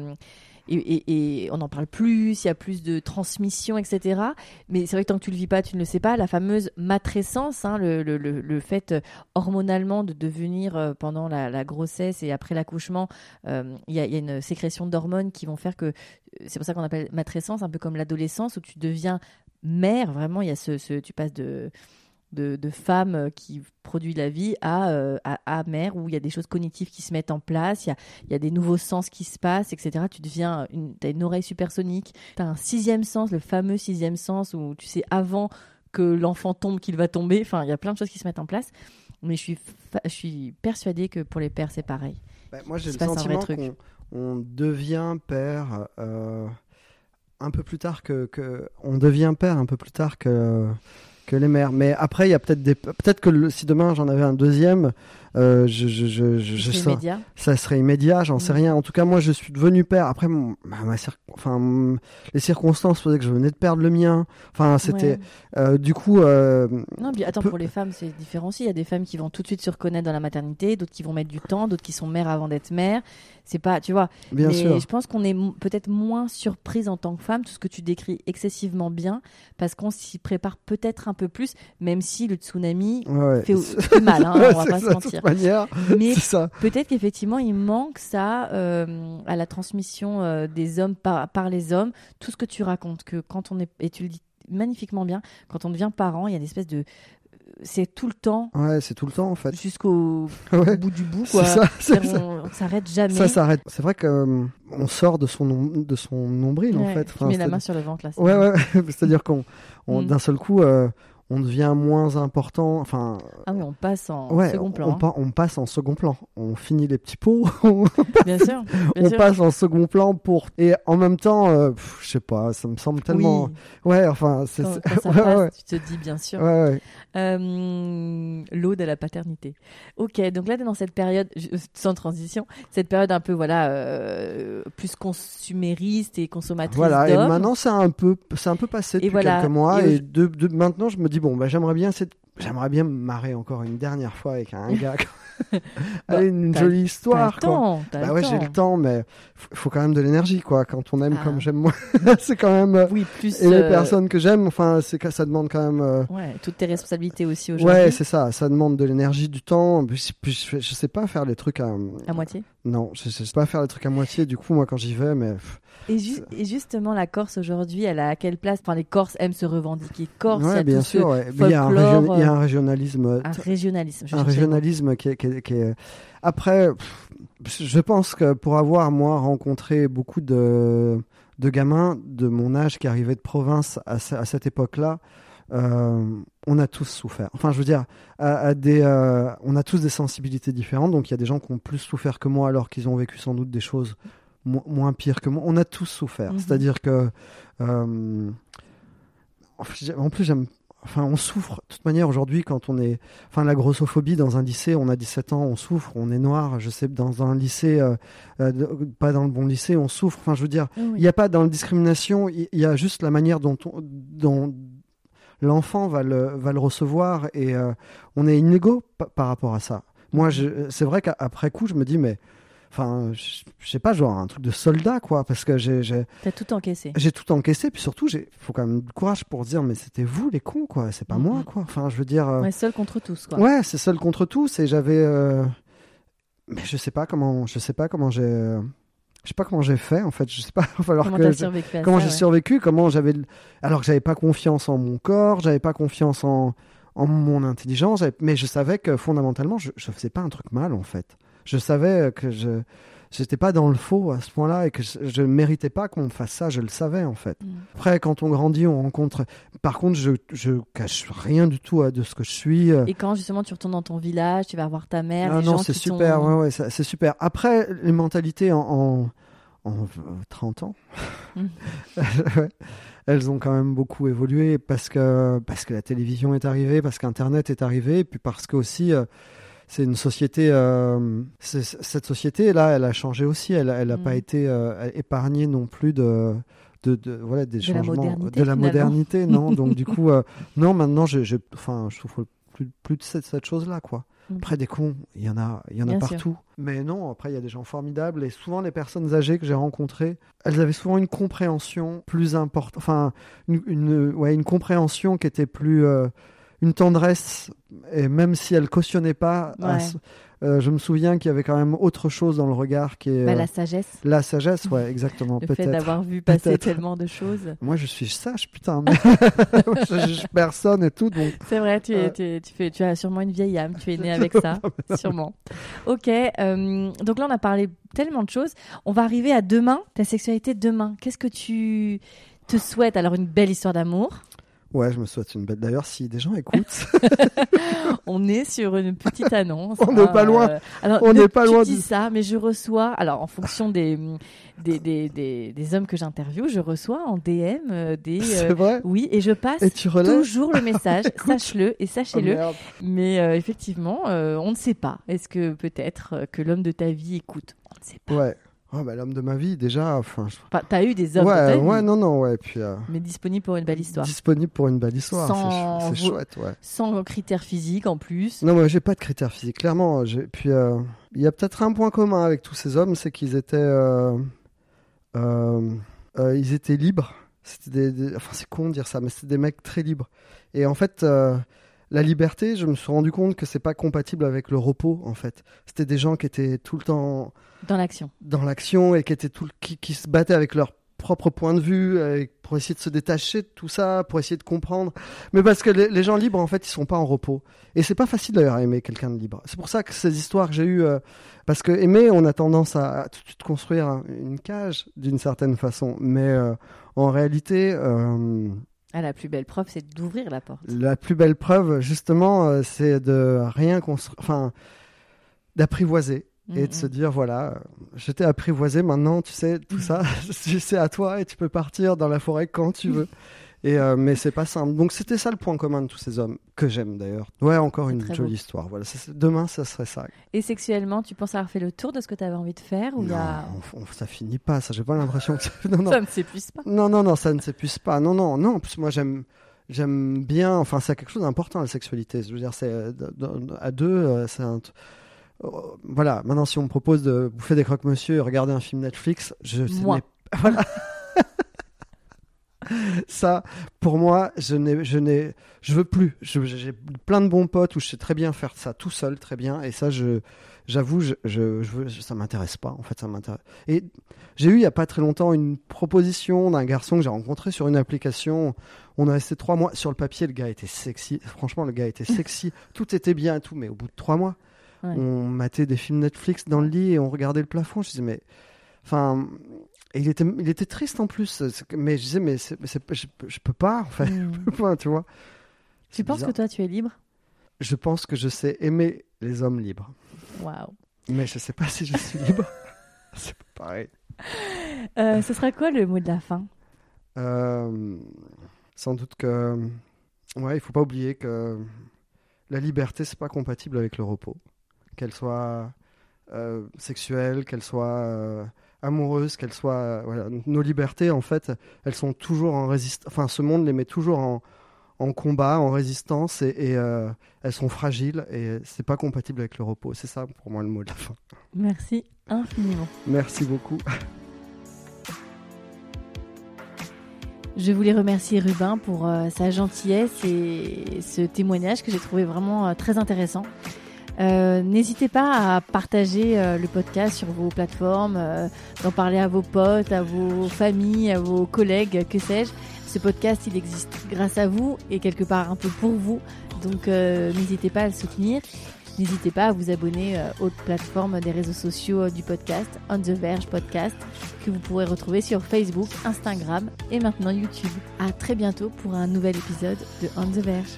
Et on n'en parle plus, il y a plus de transmission, etc. Mais c'est vrai que tant que tu ne le vis pas, tu ne le sais pas. La fameuse matrescence, hein, le fait hormonalement de devenir pendant la grossesse et après l'accouchement, il y a une sécrétion d'hormones qui vont faire que... C'est pour ça qu'on appelle matrescence, un peu comme l'adolescence où tu deviens mère. Vraiment, il y a tu passes de femme qui produit la vie à mère, où il y a des choses cognitives qui se mettent en place, il y a des nouveaux sens qui se passent, etc. Tu deviens t'as une oreille supersonique, t'as un sixième sens, le fameux sixième sens où tu sais avant que l'enfant tombe qu'il va tomber. Enfin, il y a plein de choses qui se mettent en place. Mais je suis persuadée que pour les pères, c'est pareil.
Moi, j'ai le sentiment qu'on devient père un peu plus tard on devient père un peu plus tard que les mères. Mais après, il y a peut-être que si demain j'en avais un deuxième, ça serait immédiat, j'en sais rien. En tout cas, moi, je suis devenu père. Après, les circonstances faisaient que je venais de perdre le mien. Enfin, c'était du coup.
Non, puis attends, pour les femmes, c'est différent aussi. Il y a des femmes qui vont tout de suite se reconnaître dans la maternité, d'autres qui vont mettre du temps, d'autres qui sont mères avant d'être mères. C'est pas, tu vois.
Bien sûr.
Je pense qu'on est peut-être moins surprise en tant que femme, tout ce que tu décris excessivement bien, parce qu'on s'y prépare peut-être un peu plus, même si le tsunami fait mal, hein, on va pas se mentir. Mais peut-être qu'effectivement, il manque ça à la transmission des hommes par les hommes. Tout ce que tu racontes, que quand on est, et tu le dis magnifiquement bien, quand on devient parent, il y a une espèce de... C'est tout le temps.
Ouais, c'est tout le temps en fait.
Jusqu'au bout du bout, quoi. On s'arrête jamais.
Ça s'arrête. C'est vrai que on sort de son nombril en fait.
Tu mets la main sur le ventre là.
Ouais. C'est-à-dire qu'on d'un seul coup, on devient moins important. Enfin.
Ah oui, on passe en second plan.
On passe en second plan. On finit les petits pots.
Bien sûr.
On passe en second plan et en même temps, je sais pas, ça me semble tellement.
Oui.
Ouais, enfin,
quand ça passe, tu te dis bien sûr.
Ouais.
L'aude à la paternité. Ok, donc là, dans cette période, sans transition, cette période un peu plus consumériste et consommatrice d'hommes.
Et maintenant c'est un peu passé depuis quelques mois et de maintenant je me dis j'aimerais bien me marrer encore une dernière fois avec un gars. Allez, une jolie histoire. J'ai le temps, mais faut quand même de l'énergie, quoi. Quand on aime comme j'aime moi, c'est quand même.
Oui, plus.
Et les personnes que j'aime, enfin, ça demande quand même.
Toutes tes responsabilités aussi aujourd'hui.
Ouais, c'est ça. Ça demande de l'énergie, du temps. Puis, je sais pas faire les trucs à
moitié.
Non, je sais pas faire les trucs à moitié. Du coup, moi, quand j'y vais, mais.
Et justement, la Corse aujourd'hui, elle a à quelle place? Enfin, les Corses aiment se revendiquer Corse.
Ouais, bien sûr. Il y a un régionalisme. Un régionalisme qui est... Après, je pense que pour avoir, moi, rencontré beaucoup de gamins de mon âge qui arrivaient de province à cette époque-là, on a tous souffert. Enfin, je veux dire, on a tous des sensibilités différentes. Donc, il y a des gens qui ont plus souffert que moi alors qu'ils ont vécu sans doute des choses moins pires que moi. On a tous souffert. C'est-à-dire que... en plus, on souffre. De toute manière, aujourd'hui, quand on est... Enfin, la grossophobie dans un lycée, on a 17 ans, on souffre, on est noir. Je sais, dans un lycée, pas dans le bon lycée, on souffre. Enfin, je veux dire, il n'y a pas dans la discrimination, il y a juste la manière dont l'enfant va le recevoir et on est inégaux par rapport à ça. Moi, c'est vrai qu'après coup, je me dis, mais... Enfin, je sais pas, genre un truc de soldat, quoi, parce que
T'as tout encaissé.
J'ai tout encaissé, puis surtout, faut quand même du courage pour dire, mais c'était vous les cons, quoi, c'est pas moi, quoi. Enfin, je veux dire.
Seul contre tous, quoi.
Ouais, c'est seul contre tous, et j'avais. Mais je sais pas comment j'ai. Je sais pas comment j'ai fait, en fait. Je sais pas. Comment j'ai survécu, alors que j'avais pas confiance en mon corps, j'avais pas confiance en mon intelligence, mais je savais que fondamentalement, je faisais pas un truc mal, en fait. Je savais que je n'étais pas dans le faux à ce point-là et que je ne méritais pas qu'on me fasse ça, je le savais en fait. Après, quand on grandit, on rencontre... Par contre, je cache rien du tout de ce que je suis.
Et quand justement tu retournes dans ton village, tu vas voir ta mère,
les gens c'est super, c'est super. Après, les mentalités en 30 ans, elles ont quand même beaucoup évolué parce que la télévision est arrivée, parce qu'Internet est arrivé, et puis parce que aussi... c'est une société. Cette société-là, elle a changé aussi. Elle n'a pas été épargnée non plus des changements, de la modernité, non. Donc du coup, non. Maintenant, je souffre plus de cette chose-là, quoi. Après, des cons, il y en a partout. Sûr. Mais non, après, il y a des gens formidables. Et souvent, les personnes âgées que j'ai rencontrées, elles avaient souvent une compréhension plus importante. Enfin, une compréhension qui était plus une tendresse, et même si elle cautionnait pas, je me souviens qu'il y avait quand même autre chose dans le regard qui est...
la sagesse.
La sagesse, ouais, exact,exactement.
Le fait d'avoir vu passer tellement de choses.
Moi, je suis sage, putain. Je juge personne et tout. Donc...
C'est vrai, tu as sûrement une vieille âme. Tu es né avec ça, sûrement. Ok, donc là, on a parlé tellement de choses. On va arriver à demain, ta sexualité demain. Qu'est-ce que tu te souhaites? Alors, une belle histoire d'amour.
Ouais, je me souhaite une belle. D'ailleurs, si des gens écoutent,
on est sur une petite annonce.
On n'est pas loin.
Alors,
on n'est pas loin.
Tu dis ça, mais je reçois. Alors, en fonction des hommes que j'interviewe, je reçois en DM des.
C'est vrai.
Oui, et je passe toujours le message. Sache-le et sachez-le. Mais effectivement, on ne sait pas. Est-ce que peut-être que l'homme de ta vie écoute? On ne sait pas.
Ouais. Oh, bah, l'homme de ma vie, déjà. Enfin,
t'as eu des hommes de ta vie.
Ouais, non. Puis,
mais disponible pour une belle histoire.
Disponible pour une belle histoire. C'est chouette, ouais.
Sans critères physiques en plus.
Non, moi, j'ai pas de critères physiques, clairement. Puis, il y a peut-être un point commun avec tous ces hommes, c'est qu'ils étaient, ils étaient libres. C'était enfin, c'est con de dire ça, mais c'était des mecs très libres. Et en fait, la liberté, je me suis rendu compte que c'est pas compatible avec le repos, en fait. C'était des gens qui étaient tout le temps
dans l'action
et qui étaient qui se battaient avec leur propre point de vue pour essayer de se détacher de tout ça, pour essayer de comprendre. Mais parce que les gens libres, en fait, ils sont pas en repos. Et c'est pas facile d'ailleurs à aimer quelqu'un de libre. C'est pour ça que ces histoires que j'ai eues, parce que aimer, on a tendance à tout de suite construire une cage d'une certaine façon. Mais en réalité,
la plus belle preuve, c'est d'ouvrir la porte.
La plus belle preuve, justement, c'est de rien construire, enfin, d'apprivoiser. Et de se dire, voilà, je t'ai apprivoisé, maintenant, tu sais, tout ça, c'est à toi et tu peux partir dans la forêt quand tu veux. Mais c'est pas simple. Donc, c'était ça le point commun de tous ces hommes, que j'aime d'ailleurs. Ouais, encore une jolie histoire. Voilà, demain, ça serait ça.
Et sexuellement, tu penses avoir fait le tour de ce que tu avais envie de faire ou
ça finit pas, ça. J'ai pas l'impression que
non. Ça ne s'épuise pas.
Non, ça ne s'épuise pas. Non. En plus, moi, j'aime bien, enfin, c'est quelque chose d'important, la sexualité. Je veux dire, c'est à deux, c'est un... Voilà, maintenant si on me propose de bouffer des croque-monsieur et regarder un film Netflix, voilà. Ça, pour moi, je veux plus. J'ai plein de bons potes où je sais très bien faire ça tout seul, très bien. Et ça, j'avoue, ça m'intéresse pas. En fait, ça m'intéresse. Et j'ai eu il y a pas très longtemps une proposition d'un garçon que j'ai rencontré sur une application. On a resté 3 mois sur le papier. Le gars était sexy. Franchement, le gars était sexy. Tout était bien et tout, mais au bout de 3 mois. Ouais. On matait des films Netflix dans le lit et on regardait le plafond. Je disais, mais... Enfin... Et il était triste en plus. Mais je disais, mais je peux pas, en fait. Je peux pas, tu vois.
Tu penses que toi, tu es libre?
Je pense que je sais aimer les hommes libres.
Waouh.
Mais je sais pas si je suis libre. C'est pas pareil.
Ce sera quoi le mot de la fin?
Sans doute que... Ouais, il faut pas oublier que la liberté, c'est pas compatible avec le repos. Qu'elle soit sexuelle, qu'elle soit amoureuse, qu'elle soit... voilà. Nos libertés, en fait, elles sont toujours en résistance. Enfin, ce monde les met toujours en combat, en résistance, et elles sont fragiles, et c'est pas compatible avec le repos. C'est ça, pour moi, le mot de la fin.
Merci infiniment.
Merci beaucoup.
Je voulais remercier Rubin pour sa gentillesse et ce témoignage que j'ai trouvé vraiment très intéressant. N'hésitez pas à partager le podcast sur vos plateformes, d'en parler à vos potes, à vos familles, à vos collègues, que sais-je. Ce podcast, il existe grâce à vous et quelque part un peu pour vous. Donc n'hésitez pas à le soutenir. N'hésitez pas à vous abonner aux plateformes des réseaux sociaux du podcast, On the Verge Podcast, que vous pourrez retrouver sur Facebook, Instagram et maintenant YouTube. À très bientôt pour un nouvel épisode de On the Verge.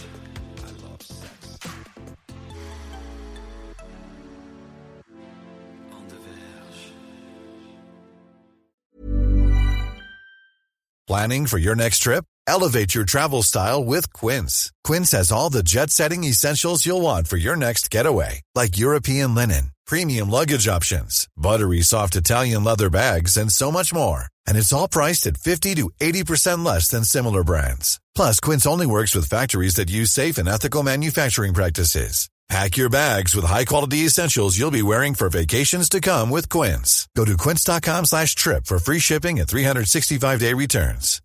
Planning for your next trip? Elevate your travel style with Quince. Quince has all the jet-setting essentials you'll want for your next getaway, like European linen, premium luggage options, buttery soft Italian leather bags, and so much more. And it's all priced at 50 to 80% less than similar brands. Plus, Quince only works with factories that use safe and ethical manufacturing practices. Pack your bags with high-quality essentials you'll be wearing for vacations to come with Quince. Go to quince.com/trip for free shipping and 365-day returns.